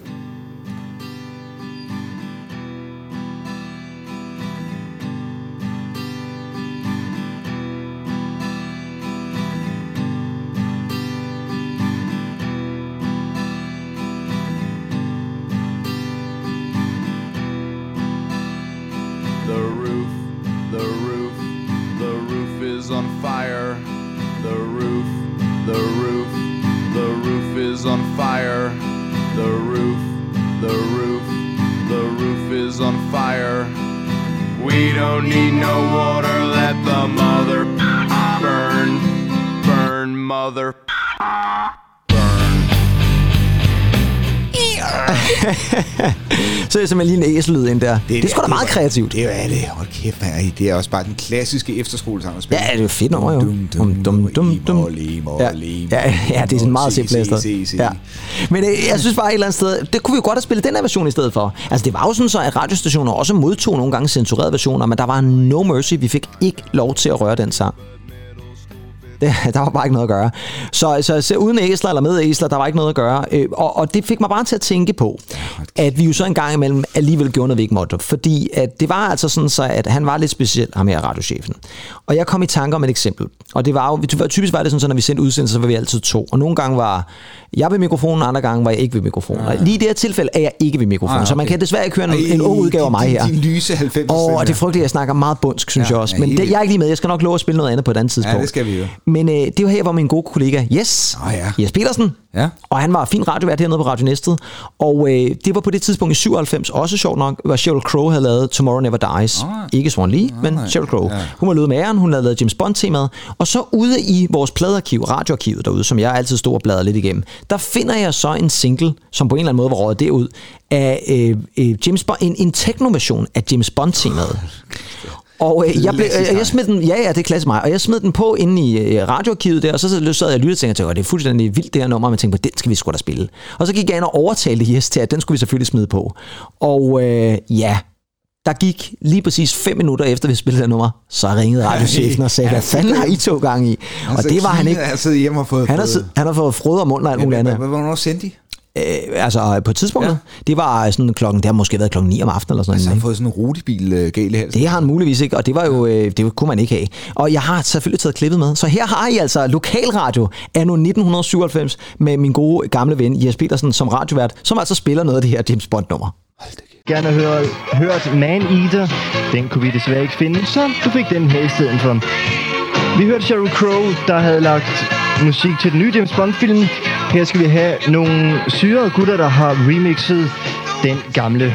Så er simpelthen lige en æselyd ind der. Det, det er sgu da meget kreativt. Det er det. Hold kæft, man. Det er også bare den klassiske efterskolesang at spille. Ja, det er jo fedt nummer, jo. Dum, dum, dum, dum, dum. Ja, ja, ja, det er sådan meget simpelt sted. Ja. Men øh, jeg synes bare et eller andet sted, det kunne vi jo godt have spillet den her version i stedet for. Altså, det var jo sådan så, at radiostationer også modtog nogle gange censurerede versioner, men der var no mercy. Vi fik ikke lov til at røre den sang. Det, der var bare ikke noget at gøre. Så, så, så uden æsler eller med æsler, der var ikke noget at gøre. Øh, og, og det fik mig bare til at tænke på, at vi jo så en gang imellem alligevel gjorde noget, vi ikke måtte. Fordi at det var altså sådan så, at han var lidt speciel, ham her radiochefen. Og jeg kom i tanke om et eksempel. Og det var jo, typisk var det sådan, så når vi sendte udsendelser, så var vi altid to. Og nogle gange var jeg ved mikrofonen, og andre gange var jeg ikke ved mikrofonen. Og lige i det her tilfælde er jeg ikke ved mikrofonen. Ah, okay. Så man kan desværre ikke høre en, en ung udgave af mig her. De lyse halvfems procent. Og det er frygteligt, jeg snakker meget bundsk, synes ja, jeg også. Men det, jeg er ikke lige med. Jeg skal nok love at spille noget andet på et andet tidspunkt. Ja, det skal vi jo. Men øh, det var her, hvor min gode kollega Jes, oh, ja. Jes Petersen, ja. og han var fin radiovært hernede på Radio Næstved. Og øh, det var på det tidspunkt i syvoghalvfems, også sjovt nok, hvor Sheryl Crow havde lavet Tomorrow Never Dies. Oh. Ikke Swan Lee, oh, men nej. Sheryl Crow. Ja. Hun var løbet med æren, hun havde lavet James Bond-temaet. Og så ude i vores pladearkiv, radioarkivet derude, som jeg altid stod og bladrede lidt igennem, der finder jeg så en single, som på en eller anden måde var røget derud, af øh, øh, James Bond, en, en techno-version af James Bond-temaet. Og øh, jeg, blev, øh, jeg smed den, ja, ja, det er klasse mig, og jeg smed den på inde i øh, radioarkivet der, og så sad jeg og lyttede og tænkte, at det er fuldstændig vildt det her nummer, og jeg tænkte på, den skal vi sgu da spille. Og så gik jeg ind og overtalte Jes til, at den skulle vi selvfølgelig smide på. Og øh, ja, der gik lige præcis fem minutter efter, vi spillede det nummer, så ringede radiochefen og sagde, hvad fanden har I to gang i? Og det var han ikke. Han har, han har fået frød om munden og alt muligt andet. Hvornår sendte de? Øh, altså på et tidspunkt, ja. Det var sådan klokken, det har måske været klokken ni om aftenen eller sådan noget. Altså han har fået sådan en rutebil øh, galt i halsen. Det har han muligvis ikke, og det var jo, øh, det kunne man ikke have. Og jeg har selvfølgelig taget klippet med. Så her har I altså lokalradio anno nitten syvoghalvfems med min gode gamle ven Jes Petersen som radiovært, som altså spiller noget af det her James Bond-nummer. Gerne høre, hørt Man Eater. Den kunne vi desværre ikke finde, så du fik den her i stedet for. Vi hørte Sheryl Crow, der havde lagt musik til den nye James Bond-film. Her skal vi have nogle syrede gutter, der har remixet den gamle.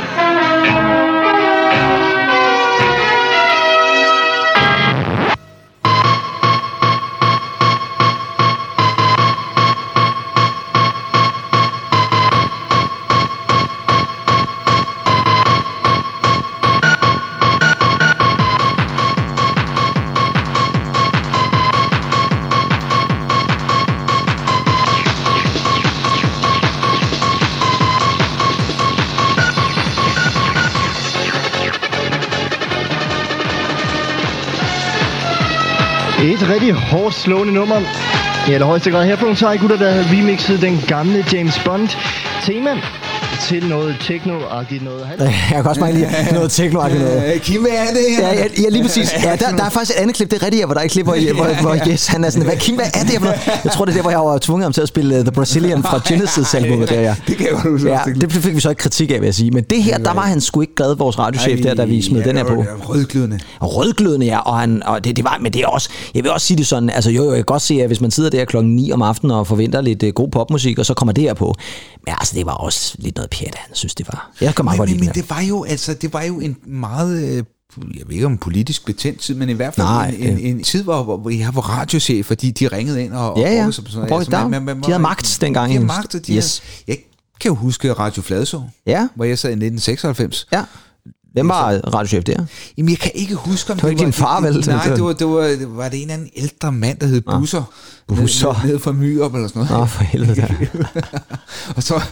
Et rigtig hårdt slående nummer. I allerhøjeste grad her på nogle seje gutter, der havde remixet den gamle James Bond-tema til noget techno-agtigt noget. Jeg kan også meget lide noget techno-agtigt noget. Kim, hvad er det her? Ja, ja, ja, lige præcis. Ja, der, der er faktisk et andet klip, det er rigtigt, hvor der er et klip, hvor, hvor, hvor yes, han er sådan, hvad, Kim, hvad er det her? Jeg tror, det er der, hvor jeg var tvunget ham til at spille The Brazilian fra Genesis-albumet der, ja. Det kan jeg godt huske. Ja, det fik vi så ikke kritik af, vil jeg sige. Men det her, der var han sgu ikke glad, vores radiochef der, da vi smed den her på. Rødglødende. Rødglødende, ja. Og, han, og det, det var, men det er også, jeg vil også sige det sådan, altså jo, jo, jeg kan godt se, at hvis man sidder der klokken ni om aftenen og forventer lidt uh, god popmusik, og så kommer det her på. Men altså, det var også lidt noget pjat, han synes, det var. Jeg kan meget men, godt men, men det var jo, altså, det var jo en meget, jeg ved ikke om politisk betændt tid, men i hvert fald Nej, en, en, en tid, hvor, hvor vi har radiochef, fordi de ringede ind og... Ja, ja, og sådan, og altså, man, man, man, de havde magt dengang. De havde magt, og de yes. havde, jeg kan jo huske Radio Fladså, ja. Hvor jeg sad i nitten seksoghalvfems. Ja. Hvem var radiochef der? Jamen, jeg kan ikke huske, om det var... Det var ikke din far, vel? Nej, det var, det var, det var det en eller anden ældre mand, der hed Busser. Ah, Busser? Nede, nede fra Myrup eller sådan noget. Nå, for helvede der. Og så...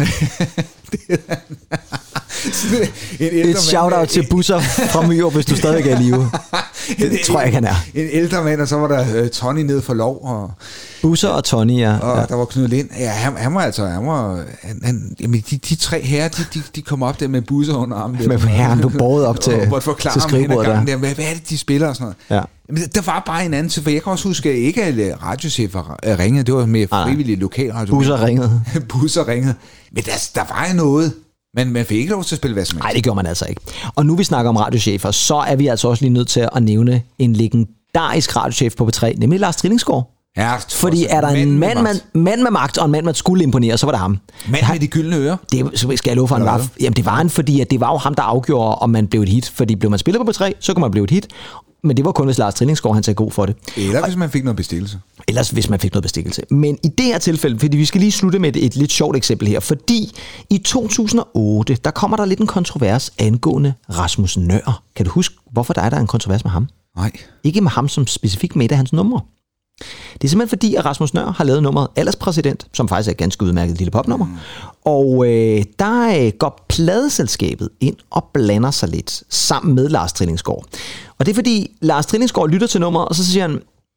Et shout-out til Busser fra Myrup, hvis du stadig er i live. Det tror jeg ikke, han er. En ældre mand, og så var der uh, Tony nede for lov. Og, Busser og Tony, ja. Og ja. der var Knud Lind. Ja, han, han var altså... Han var, han, han, jamen, de, de tre herrer, de, de, de kom op der med Busser under armen. Med herren, du borgede op til, og, og til skrivebordet der. der. Hvad, hvad er det, de spiller og sådan noget? Ja. Jamen, der var bare en anden tid, for jeg kan også huske, at ikke alle radiochefer ringede. Det var med frivillige lokalradio. Busser ringede. Busser ringede. Men der, der var jo noget... Men man fik ikke lov til at spille hvad som helst. Nej, det gjorde man altså ikke. Og nu vi snakker om radiochefer, så er vi altså også lige nødt til at nævne en legendarisk radiochef på P tre, nemlig Lars Trillingsgaard. Ja, fordi er der en mand med, mand med magt og en mand, man skulle imponere, så var det ham. Mand med de gyldne ører? Det skal jeg love for, han var. Jamen, det var han, fordi at det var jo ham, der afgjorde, om man blev et hit. Fordi blev man spillet på P tre, så kunne man blive et hit. Men det var kun, hvis Lars Trillingsgaard, han sagde god for det. Eller og, hvis man fik noget bestikkelse. Ellers hvis man fik noget bestikkelse. Men i det her tilfælde, fordi vi skal lige slutte med et, et lidt sjovt eksempel her. Fordi i to tusind og otte, der kommer der lidt en kontrovers angående Rasmus Nøhr. Kan du huske, hvorfor der er der en kontrovers med ham? Nej. Ikke med ham som specifikt med et af hans numre. Det er simpelthen fordi, at Rasmus Nøhr har lavet nummeret Alderspræsident, som faktisk er et ganske udmærket lille popnummer. Mm. Og øh, der øh, går pladeselskabet ind og blander sig lidt sammen med Lars Trillingsgaard. Og det er fordi, Lars Trillingsgaard lytter til nummeret, og så siger han,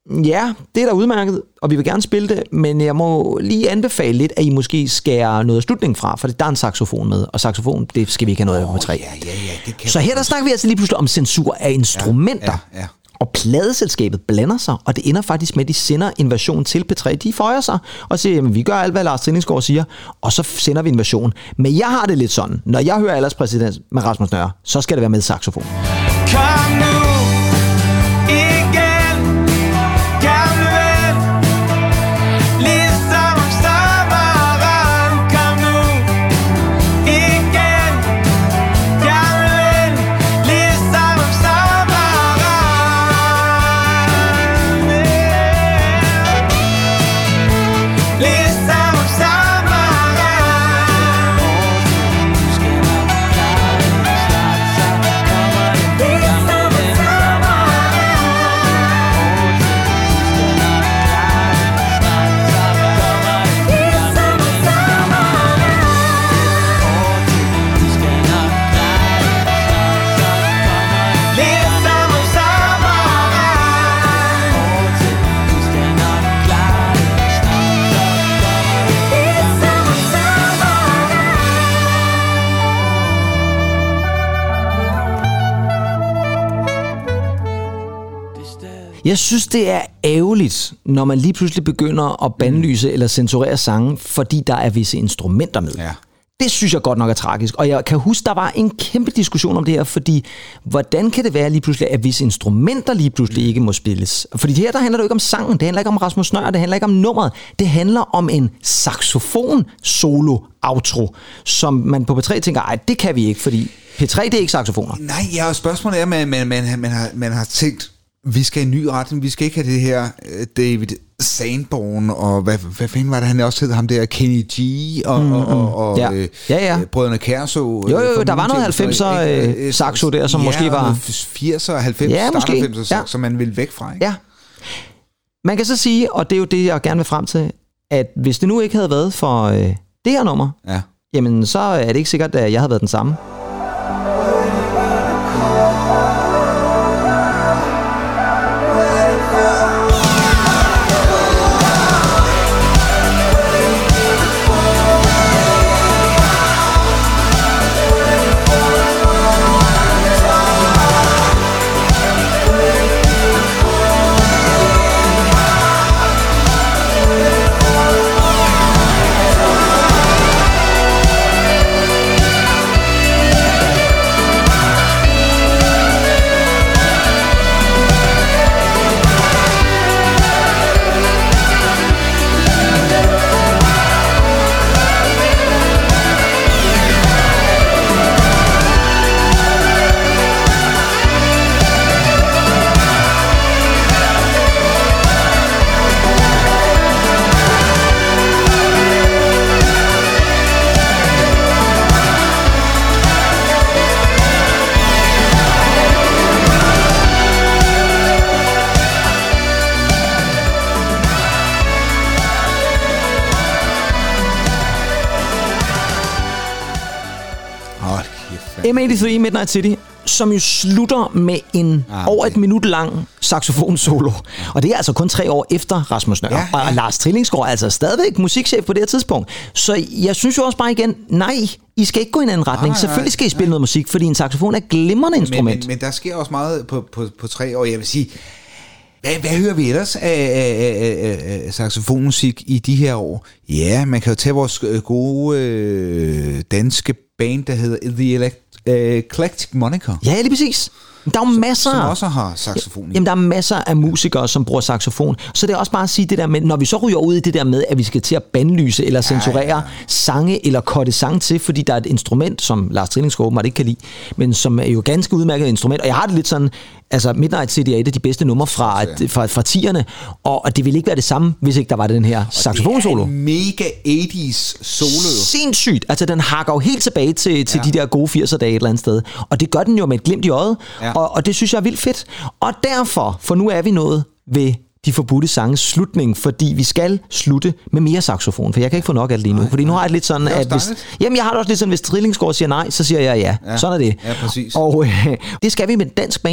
Ja, det er da udmærket, og vi vil gerne spille det, men jeg må lige anbefale lidt, at I måske skærer noget af slutningen fra, for der er en saxofon med, og saxofon, det skal vi ikke have noget af på tre. Ja, ja, ja, det kan Så her der snakker vi altså lige pludselig om censur af instrumenter. Ja, ja. Og pladeselskabet blander sig, og det ender faktisk med, at de sender en version til P tre. De føjer sig og siger, at vi gør alt, hvad Lars Trillingsgaard siger, og så sender vi en version. Men jeg har det lidt sådan, når jeg hører alderspræsident med Rasmus Nøhr, så skal det være med saxofon. Kom nu igen, gamle ven, ligesom om sommeren. Kom nu igen, gamle ven, ligesom om sommeren. Ligesom om sommeren. Du skal nok klare det, snart så kommer det, gamle ven. Jeg synes, det er ærgerligt, når man lige pludselig begynder at bandlyse eller censurere sange, fordi der er visse instrumenter med. Ja. Det synes jeg godt nok er tragisk. Og jeg kan huske, der var en kæmpe diskussion om det her, fordi hvordan kan det være lige pludselig, at visse instrumenter lige pludselig ikke må spilles? Fordi her, der handler det jo ikke om sangen, det handler ikke om Rasmus Nøhr, det handler ikke om nummeret. Det handler om en saxofon-solo-outro, som man på P tre tænker, ej, det kan vi ikke, fordi P tre, det er ikke saxofoner. Nej, ja, og spørgsmålet er, at man, man, man, man, har, man har tænkt, vi skal i en ny retning, vi skal ikke have det her uh, David Sanborn, og hvad, hvad fanden var det, han også hed, ham der, Kenny G, og, mm, og, og, og ja. Øh, ja, ja. Brødrene Kærso. Jo, jo, jo der var noget halvfemser øh, saxo der, som ja, måske var... firser og halvfems, ja, start halvfemser saxo, ja. som man vil væk fra, ikke? Ja. Man kan så sige, og det er jo det, jeg gerne vil frem til, at hvis det nu ikke havde været for øh, det her nummer, ja. jamen så er det ikke sikkert, at jeg havde været den samme. M otteogtredive Midnight City, som jo slutter med en ah, over et minut lang saxofonsolo. Og det er altså kun tre år efter Rasmus Nøhr. Ja, ja. Og Lars Trillingsgaard er altså stadigvæk musikchef på det her tidspunkt. Så jeg synes jo også bare igen, nej, I skal ikke gå i en anden retning. Nej, Selvfølgelig skal I spille nej. noget musik, fordi en saxofon er et glimrende instrument. Men, men, men der sker også meget på, på, på tre år. Jeg vil sige, hvad, hvad hører vi ellers af, af, af, af saxofonmusik i de her år? Ja, man kan jo tage vores gode øh, danske band, der hedder The Elect Eclectic Moniker. Ja, lige præcis. Der er jo masser, som også har saxofon i. Jamen, der er masser af musikere, som bruger saxofon. Så det er også bare at sige det der med, når vi så ryger ud i det der med, at vi skal til at bandlyse eller censurere ja, ja. sange eller korte sang til, fordi der er et instrument, som Lars Trillingsgaard åbenbart ikke kan lide, men som er jo ganske udmærket instrument. Og jeg har det lidt sådan, altså Midnight City er et af de bedste numre fra, ja. fra, fra tierne, og, og det ville ikke være det samme, hvis ikke der var den her saxofonsolo. Det er en mega otteogtres solo. Sindssygt. Altså, den hakker jo helt tilbage til, til ja. de der gode firser dage et eller andet sted. Og det gør den jo med et glimt i øjet, ja. og, og det synes jeg er vildt fedt. Og derfor, for nu er vi nået ved De Forbudte Sanges slutning, fordi vi skal slutte med mere saxofon, for jeg kan ikke få nok af det lige nu. Nej, fordi nu har jeg lidt sådan, at hvis, jamen jeg har det også lidt sådan, hvis Trillingsgaard siger nej, så siger jeg ja. ja. Sådan er det. Ja, præcis. Og øh, det skal vi med en dansk band,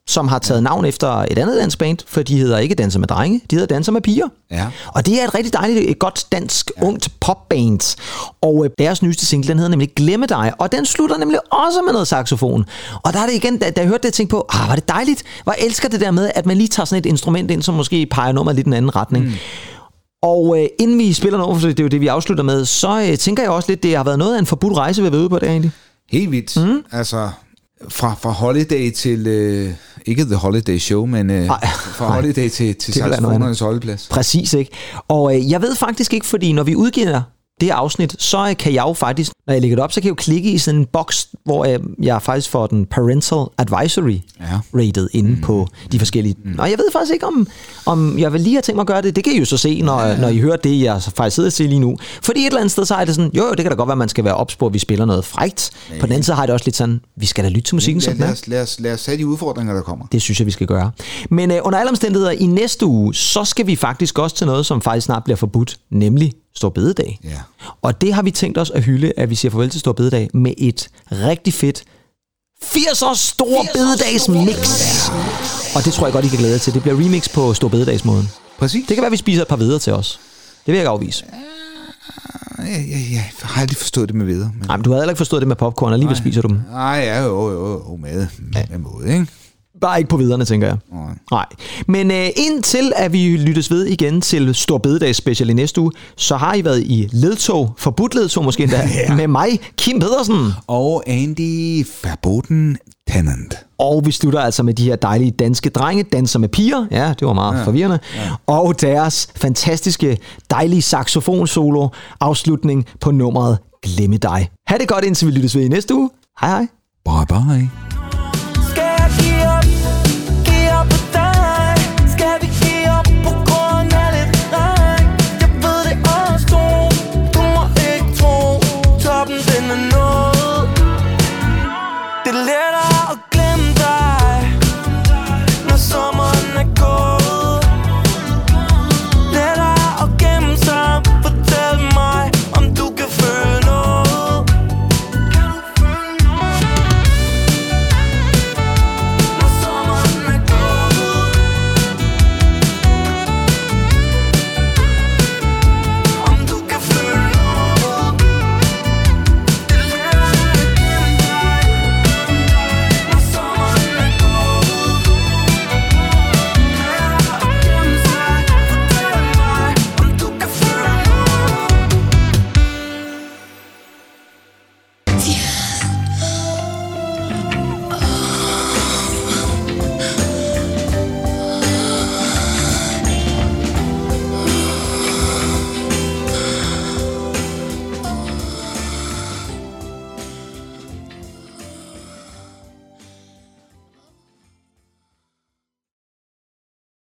som har taget navn efter et andet dansk band, for de hedder ikke Danser med drenge, de hedder Danser med piger. Ja. Og det er et rigtig dejligt, et godt dansk, ja. ungt popband. Og øh, deres nyeste single, den hedder nemlig Glemme dig, og den slutter nemlig også med noget saxofon. Og der er det igen, da, da jeg hørte det, jeg tænkte på, ah, var det dejligt, hvor jeg elsker det der med, at man lige tager sådan et instrument ind, som måske peger nummeret lidt i en anden retning. Mm. Og øh, inden vi spiller noget, for det er jo det, vi afslutter med, så øh, tænker jeg også lidt, det har været noget af en forbudt rejse, vi har været ude på det egentlig. Helt vildt. Mm. Altså, fra, fra Holiday til, øh, ikke The Holiday Show, men øh, Ej, fra nej. Holiday til, til saxofonernes holdeplads. Præcis, ikke? Og øh, jeg ved faktisk ikke, fordi når vi udgiver det her afsnit, så kan jeg jo faktisk, når jeg lægger det op, så kan jeg jo klikke i sådan en boks, hvor jeg, jeg faktisk får den parental advisory ja. rated inde mm. på de forskellige. Mm. Og jeg ved faktisk ikke, om, om jeg vil lige have tænkt mig at gøre det. Det kan I jo så se, når, ja. når I hører det, jeg faktisk sidder til lige nu. Fordi et eller andet sted, så er det sådan, jo, jo det kan da godt være, at man skal være ops på, at vi spiller noget frækt. Ja. På den anden side har det også lidt sådan, vi skal da lytte til musikken, som den er. Lad os, lad os, lad os have de udfordringer, der kommer. Det synes jeg, vi skal gøre. Men øh, under alle omstændigheder, i næste uge, så skal vi faktisk også til noget, som faktisk snart bliver forbudt, nemlig Stor Bededag. Ja. Og det har vi tænkt os at hylde, at vi siger farvel til Stor Bededag med et rigtig fedt firsers Stor Bededags mix. Og det tror jeg godt, I kan glæde jer til. Det bliver remix på Stor Bededagsmåden. Præcis. Det kan være, at vi spiser et par videre til os. Det vil jeg ikke afvise. Jeg, jeg, jeg har aldrig forstået det med videre. Men... Nej, men du har heller ikke forstået det med popcorn, og alligevel spiser du dem. Nej, ja, jo, jo, jo, med, med, med måde, ikke? Bare ikke på viderne, tænker jeg. Nej. Nej. Men øh, indtil at vi lyttes ved igen til Stor Bededags special i næste uge, så har I været i ledtog, forbudt ledtog måske endda, ja. med mig, Kim Pedersen. Og Andy Verboten Tennant. Og vi slutter altså med de her dejlige danske drenge, Danser med piger. Ja, det var meget ja. forvirrende. Ja. Og deres fantastiske, dejlige saxofon-solo afslutning på nummeret Glemme dig. Ha' det godt, indtil vi lyttes ved i næste uge. Hej hej. Bye bye. Give up.